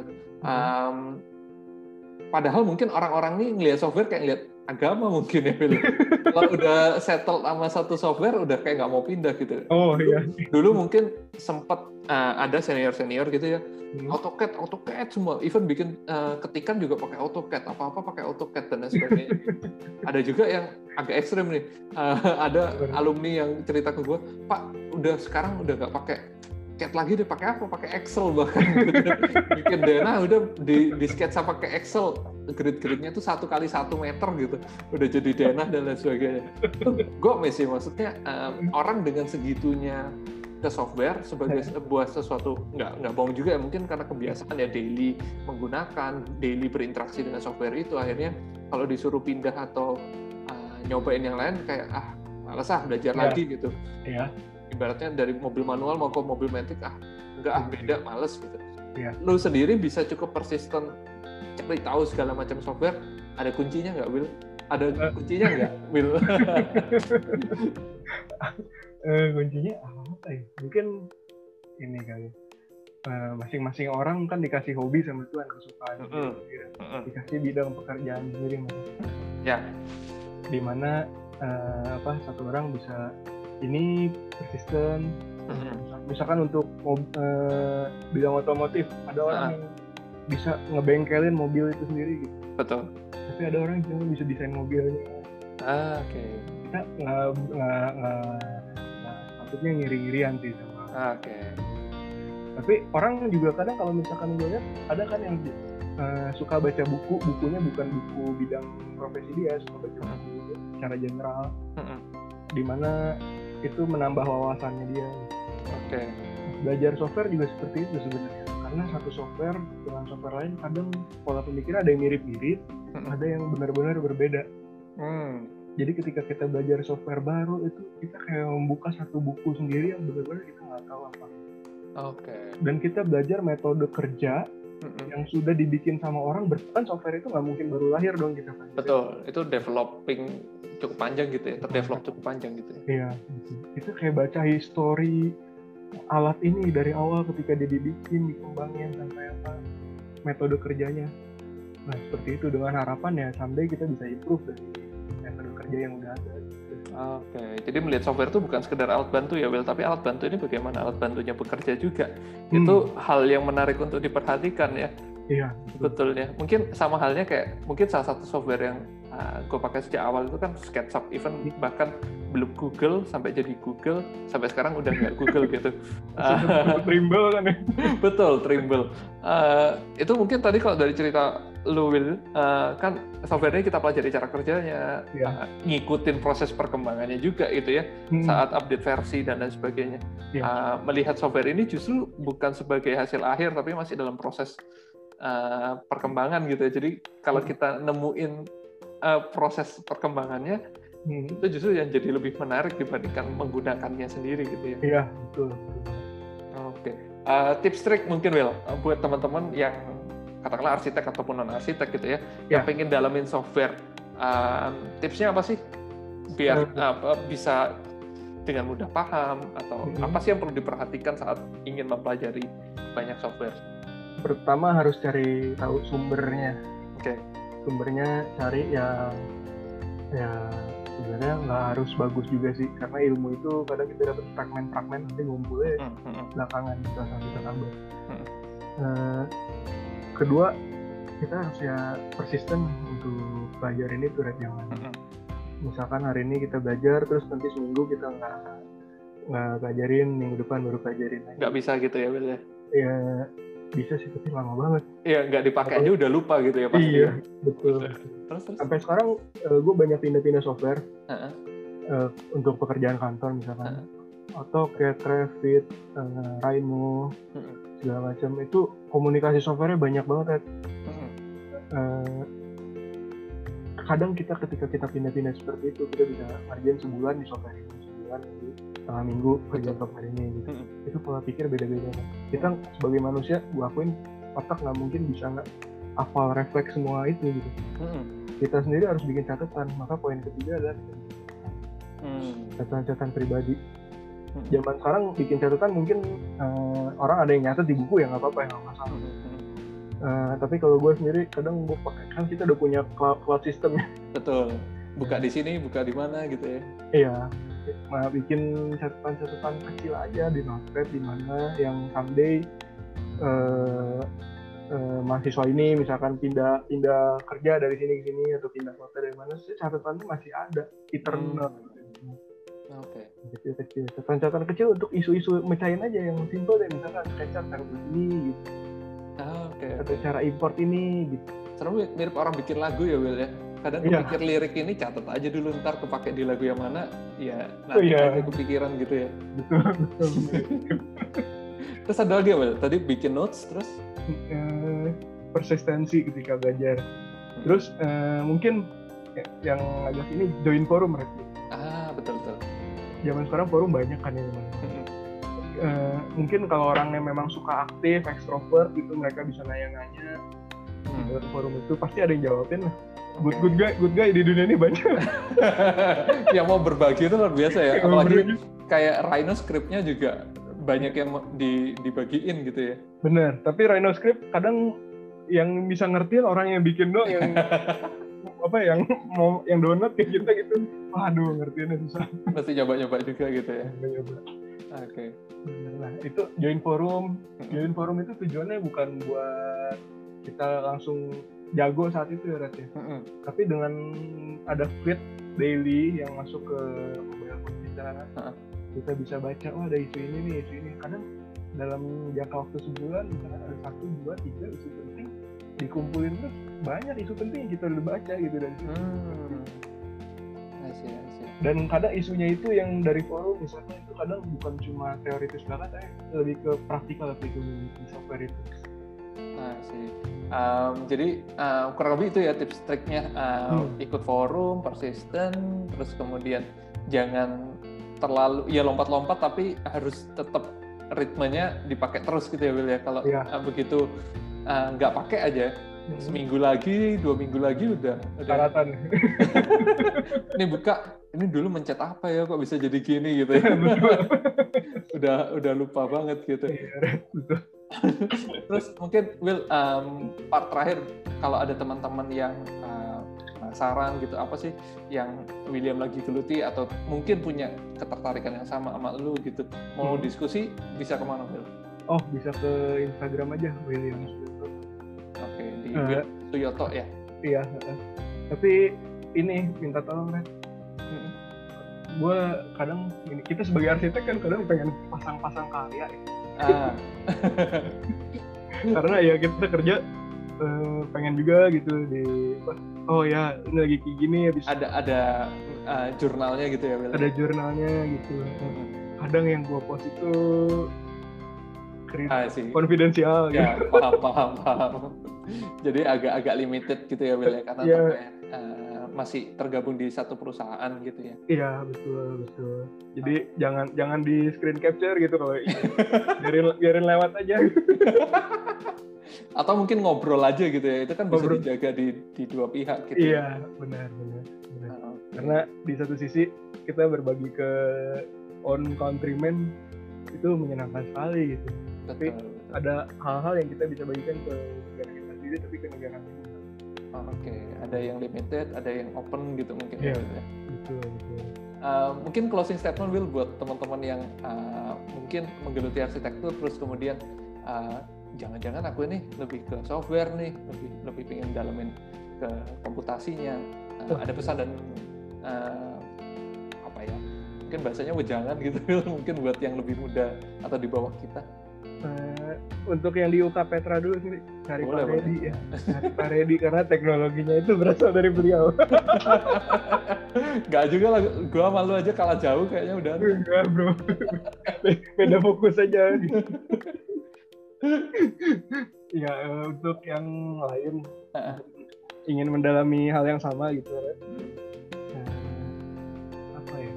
Padahal mungkin orang-orang ini ngelihat software kayak ngelihat agama mungkin ya, Will. Kalau udah settle sama satu software udah kayak nggak mau pindah gitu. Oh iya. Dulu mungkin sempat ada senior gitu ya. AutoCAD semua, even bikin ketikan juga pakai AutoCAD, apa-apa pakai AutoCAD dan lain sebagainya. Ada juga yang agak ekstrim nih, ada alumni yang cerita ke gue, Pak, sekarang udah nggak pakai CAD lagi, deh pakai apa? Pakai Excel bahkan. Bikin dana udah di sketsa pakai Excel, grid-gridnya itu 1 x 1 meter gitu, udah jadi dana dan lain sebagainya. Gue sih maksudnya orang dengan segitunya ke software sebagai sebuah sesuatu nggak bohong juga ya, mungkin karena kebiasaan ya daily menggunakan, daily berinteraksi dengan software itu, akhirnya kalau disuruh pindah atau nyobain yang lain kayak malas belajar lagi gitu. Ibaratnya dari mobil manual mau ke mobil matic beda, males gitu. Lu sendiri bisa cukup persisten cari tahu segala macam software, ada kuncinya nggak, Will? Ada kuncinya nggak, Will? Kuncinya apa ya? Mungkin ini kali. Masing-masing orang kan dikasih hobi sama Tuhan, kesukaan, dikasih bidang pekerjaan sendiri, ya. Dimana satu orang bisa ini persisten. Misalkan untuk bidang otomotif, ada orang yang bisa ngebengkelin mobil itu sendiri gitu. Betul. Tapi ada orang yang bisa desain mobilnya. Oke. Kita nggak maksudnya ngiri-ngirian sih sama. Tapi orang juga kadang kalau misalkan gue lihat ada kan yang suka baca bukunya bukan buku bidang profesi dia, suka baca buku secara general, dimana itu menambah wawasannya dia. Belajar software juga seperti itu sebenarnya, karena satu software dengan software lain kadang pola pemikiran ada yang mirip-mirip, ada yang benar-benar berbeda. Jadi ketika kita belajar software baru itu kita kayak membuka satu buku sendiri yang benar-benar kita nggak tahu apa. Dan kita belajar metode kerja yang sudah dibikin sama orang, kan software itu nggak mungkin baru lahir dong kita. Betul, itu developing cukup panjang gitu ya, terdevelop cukup panjang gitu ya. Iya, itu kayak baca history alat ini dari awal ketika dia dibikin, dikembangin sampai metode kerjanya. Nah seperti itu, dengan harapan ya someday kita bisa improve dari metode kerja yang udah ada. Jadi melihat software itu bukan sekedar alat bantu ya, Will, tapi alat bantu ini bagaimana alat bantunya bekerja juga. Itu hal yang menarik untuk diperhatikan ya. Iya, betul ya. Mungkin sama halnya kayak mungkin salah satu software yang gue pakai sejak awal itu kan SketchUp, even bahkan belum Google sampai jadi Google, sampai sekarang udah nggak Google gitu. Trimble kan ya? Betul, Trimble. Itu mungkin tadi kalau dari cerita lu, Will, kan software ini kita pelajari cara kerjanya, ngikutin proses perkembangannya juga gitu ya, saat update versi dan lain sebagainya. Melihat software ini justru bukan sebagai hasil akhir, tapi masih dalam proses perkembangan gitu ya. Jadi kalau kita nemuin proses perkembangannya, itu justru yang jadi lebih menarik dibandingkan menggunakannya sendiri gitu ya. Iya, betul. Tips trik mungkin, Will, buat teman-teman yang katakanlah arsitek ataupun non arsitek gitu ya, yang pengen dalamin software, tipsnya apa sih? biar bisa dengan mudah paham, atau apa sih yang perlu diperhatikan saat ingin mempelajari banyak software? Pertama harus cari tahu sumbernya. Oke. Sumbernya cari yang ya sebenarnya nggak harus bagus juga sih, karena ilmu itu kadang kita dapat fragmen-fragmen nanti ngumpulnya belakangan setelah kita tambah. Kedua, kita harus ya persisten untuk belajar ini tuh Red, jangan misalkan hari ini kita belajar terus nanti seminggu kita nggak pelajarin, minggu depan baru pelajarin lagi. Nggak bisa gitu ya, Will? Ya bisa sih, tapi lama banget. Iya, nggak dipakai aja udah lupa gitu ya pasti. Iya, betul. Terus. Sampai sekarang gue banyak pindah-pindah software untuk pekerjaan kantor misalkan. AutoCAD, Revit, Rhino, segala macam. Itu komunikasi softwarenya banyak banget. Kadang kita ketika kita pindah-pindah seperti itu, kita bisa ngerjain sebulan di software ini, sebulan di tengah minggu kerja software ini gitu. Itu pola pikir beda-beda. Kita sebagai manusia, gue akuin otak nggak mungkin bisa nggak hafal refleks semua itu gitu. Kita sendiri harus bikin catatan. Maka poin ketiga adalah catatan pribadi. Zaman sekarang bikin catatan mungkin orang ada yang nyatet di buku ya nggak apa-apa, ya nggak masalah. Tapi kalau gue sendiri kadang gue pakai, kan kita udah punya cloud system ya. Betul. Buka di sini, buka di mana gitu ya. Iya. Nah, bikin catatan-catatan kecil aja di notepad di mana yang someday mahasiswa ini misalkan pindah kerja dari sini ke sini atau pindah kota dari mana, catatannya masih ada eternal. Oke. Kecil-kecil. Catatan kecil untuk isu-isu mecahin aja yang simple deh, misalkan SketchUp cara begini gitu. Atau cara import ini gitu. Serem mirip orang bikin lagu ya, Will ya. Kadang pikir lirik ini catat aja dulu, ntar kepake di lagu yang mana ya nanti aja kepikiran gitu ya. Betul. Terus ada lagi, Will? Tadi bikin notes, terus persistensi ketika belajar. Terus mungkin yang agak ini join forum berarti. Betul. Zaman sekarang forum banyak kan yang mungkin kalau orang yang memang suka aktif, ekstrovert gitu, mereka bisa nanya-nanya di forum itu, pasti ada yang jawabin lah. Good guy di dunia ini banyak. Yang mau berbagi itu luar biasa ya. Apalagi kayak Rhino script-nya juga banyak yang dibagiin gitu ya. Bener, tapi Rhino script kadang yang bisa ngertiin orang yang bikin doang, yang yang download kayak kita gitu. Waduh, ngertiinnya susah. Pasti nyoba-nyoba juga gitu ya. Nyoba. Oke. Nah, itu join forum. Join forum itu tujuannya bukan buat kita langsung jago saat itu ya, Rat ya. Tapi dengan ada feed daily yang masuk ke mobile phone kita bisa baca, ada isu ini. Kadang dalam jangka waktu sebulan, misalnya ada 1, 2, 3 isu penting dikumpulin, terus banyak isu penting yang kita udah baca gitu dari situ. Dan kadang isunya itu yang dari forum misalnya itu kadang bukan cuma teoritis banget, lebih ke praktikal aplikasi di software itu. Jadi kurang lebih itu ya tips triknya, ikut forum, persisten, terus kemudian jangan terlalu ya lompat-lompat, tapi harus tetap ritmenya dipakai terus gitu ya, Will ya. Kalau begitu nggak pakai aja, seminggu lagi, 2 minggu lagi udah karatan. Ini buka, ini dulu mencet apa ya, kok bisa jadi gini gitu ya. udah lupa banget gitu. Betul. Terus mungkin Will, part terakhir, kalau ada teman-teman yang penasaran gitu, apa sih yang William lagi geluti atau mungkin punya ketertarikan yang sama lu gitu, mau diskusi, bisa kemana, Will? Oh, bisa ke Instagram aja, William Suyoto. Oke, di Will Suyoto ya? Iya, tapi ini minta tolong, Ren. Gue kadang, kita sebagai arsitek kan kadang pengen pasang-pasang karya ya. Karena ya kita kerja pengen juga gitu ini lagi kayak gini habis ada jurnalnya gitu ya, Will? Ada jurnalnya gitu. Kadang yang gue post itu konfidensial ya, gitu. Paham. Jadi agak limited gitu ya, Will ya, karena masih tergabung di satu perusahaan gitu ya. Iya, betul. Jadi jangan di screen capture gitu kalau biarin lewat aja. Atau mungkin ngobrol aja gitu ya. Itu kan bisa dijaga di dua pihak gitu. Iya, benar. Karena di satu sisi kita berbagi ke own countrymen itu menyenangkan sekali gitu. Tapi ada hal-hal yang kita bisa bagikan ke negara kita sendiri tapi ke negara lain. Oke, ada yang limited, ada yang open gitu mungkin. Iya, gitu ya. Betul. Mungkin closing statement Will buat teman-teman yang mungkin menggeluti arsitektur terus kemudian jangan-jangan aku ini lebih ke software nih, lebih pengen dalamin ke komputasinya. Ada pesan dan apa ya? Mungkin bahasanya wejangan gitu mungkin buat yang lebih muda atau di bawah kita. Untuk yang di UK Petra dulu sih, cari Pak Redi ya. Cari Pak Redi karena teknologinya itu berasal dari beliau. Gak juga lah, gua malu aja kalah jauh kayaknya udah. Enggak bro, beda fokus aja. Ya untuk yang lain ingin mendalami hal yang sama gitu ya. Apa ya?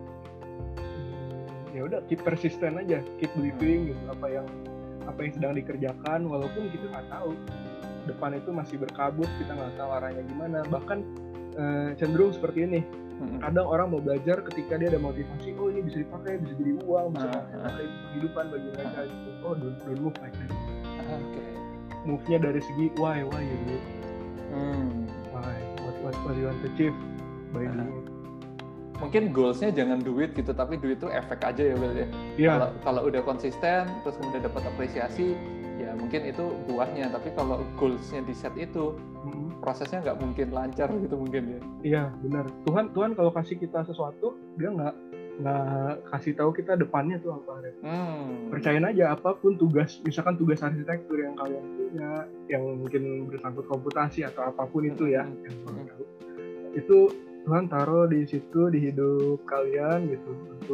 Ya udah keep persisten aja, keep believing gitu apa yang sedang dikerjakan walaupun kita nggak tahu depan itu masih berkabut, kita nggak tahu arahnya gimana, bahkan cenderung seperti ini. Kadang orang mau belajar ketika dia ada motivasi, oh ini bisa dipakai, bisa jadi uang, bisa dipakai kehidupan bagi mereka gitu. Oh don't move like that. Move-nya dari segi why you do it. Why, what you want to achieve by doing it. Mungkin goals-nya jangan duit gitu, tapi duit itu efek aja ya Will ya. Yeah. Kalau udah konsisten, terus kemudian dapat apresiasi, ya mungkin itu buahnya. Tapi kalau goals-nya di set itu, prosesnya nggak mungkin lancar gitu mungkin ya. Iya benar. Tuhan kalau kasih kita sesuatu, dia nggak kasih tahu kita depannya tuh apa. Percayain aja apapun misalkan tugas arsitektur yang kalian punya, yang mungkin bersangkut komputasi atau apapun itu ya, yang kalian tahu, itu Tuhan taruh di situ di hidup kalian gitu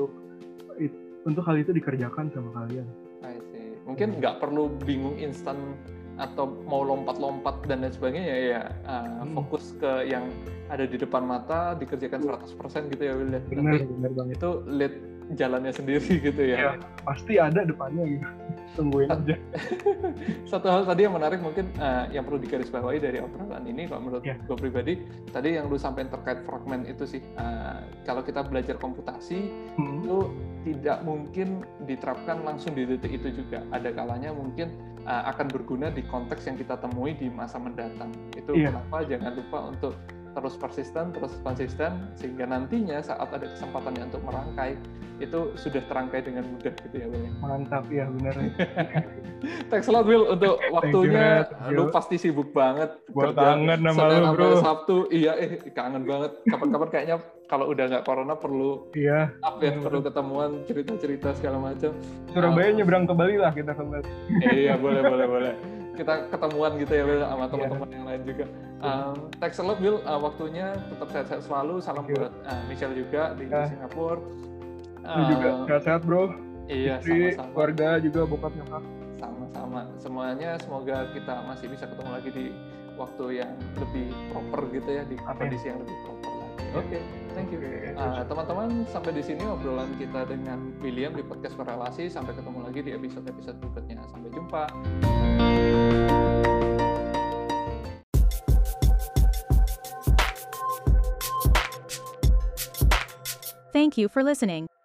untuk hal itu dikerjakan sama kalian. I see. Mungkin nggak perlu bingung instan atau mau lompat-lompat dan lain sebagainya ya. Fokus ke yang ada di depan mata, dikerjakan 100% gitu ya Will. Benar banget. Itu lead jalannya sendiri gitu ya. Iya, pasti ada depannya gitu. Tungguin aja. Satu hal tadi yang menarik mungkin yang perlu digarisbawahi dari obrolan ini kalau menurut gue pribadi, tadi yang lu sampaikan terkait fragmen itu sih, kalau kita belajar komputasi itu tidak mungkin diterapkan langsung di detik itu juga. Ada kalanya mungkin akan berguna di konteks yang kita temui di masa mendatang. Itu kenapa jangan lupa untuk terus persisten, terus konsisten, sehingga nantinya saat ada kesempatannya untuk merangkai, itu sudah terangkai dengan mudah gitu ya Will. Mantap ya, benar. Thanks a lot Will untuk waktunya. Lu pasti sibuk banget. Gua kangen sama lu bro. Sabtu, iya kangen banget. Kapan-kapan kayaknya kalau udah nggak corona perlu perlu ketemuan, cerita-cerita segala macam. Surabaya nyebrang ke Bali lah kita kembali. Iya boleh. Kita ketemuan gitu ya Will sama teman-teman yang lain juga. Thanks a lot Will, waktunya tetap sehat-sehat selalu. Salam buat Michelle juga di Singapura. Lu juga sehat-sehat bro. Iya, istri, sama-sama. keluarga juga, bokap nyokap. Sama-sama. Semuanya semoga kita masih bisa ketemu lagi di waktu yang lebih proper gitu ya, di kondisi yang lebih proper lagi. Oke, thank you. Teman-teman, sampai di sini obrolan kita dengan William di podcast Korelasi. Sampai ketemu lagi di episode-episode berikutnya. Sampai jumpa. Thank you for listening.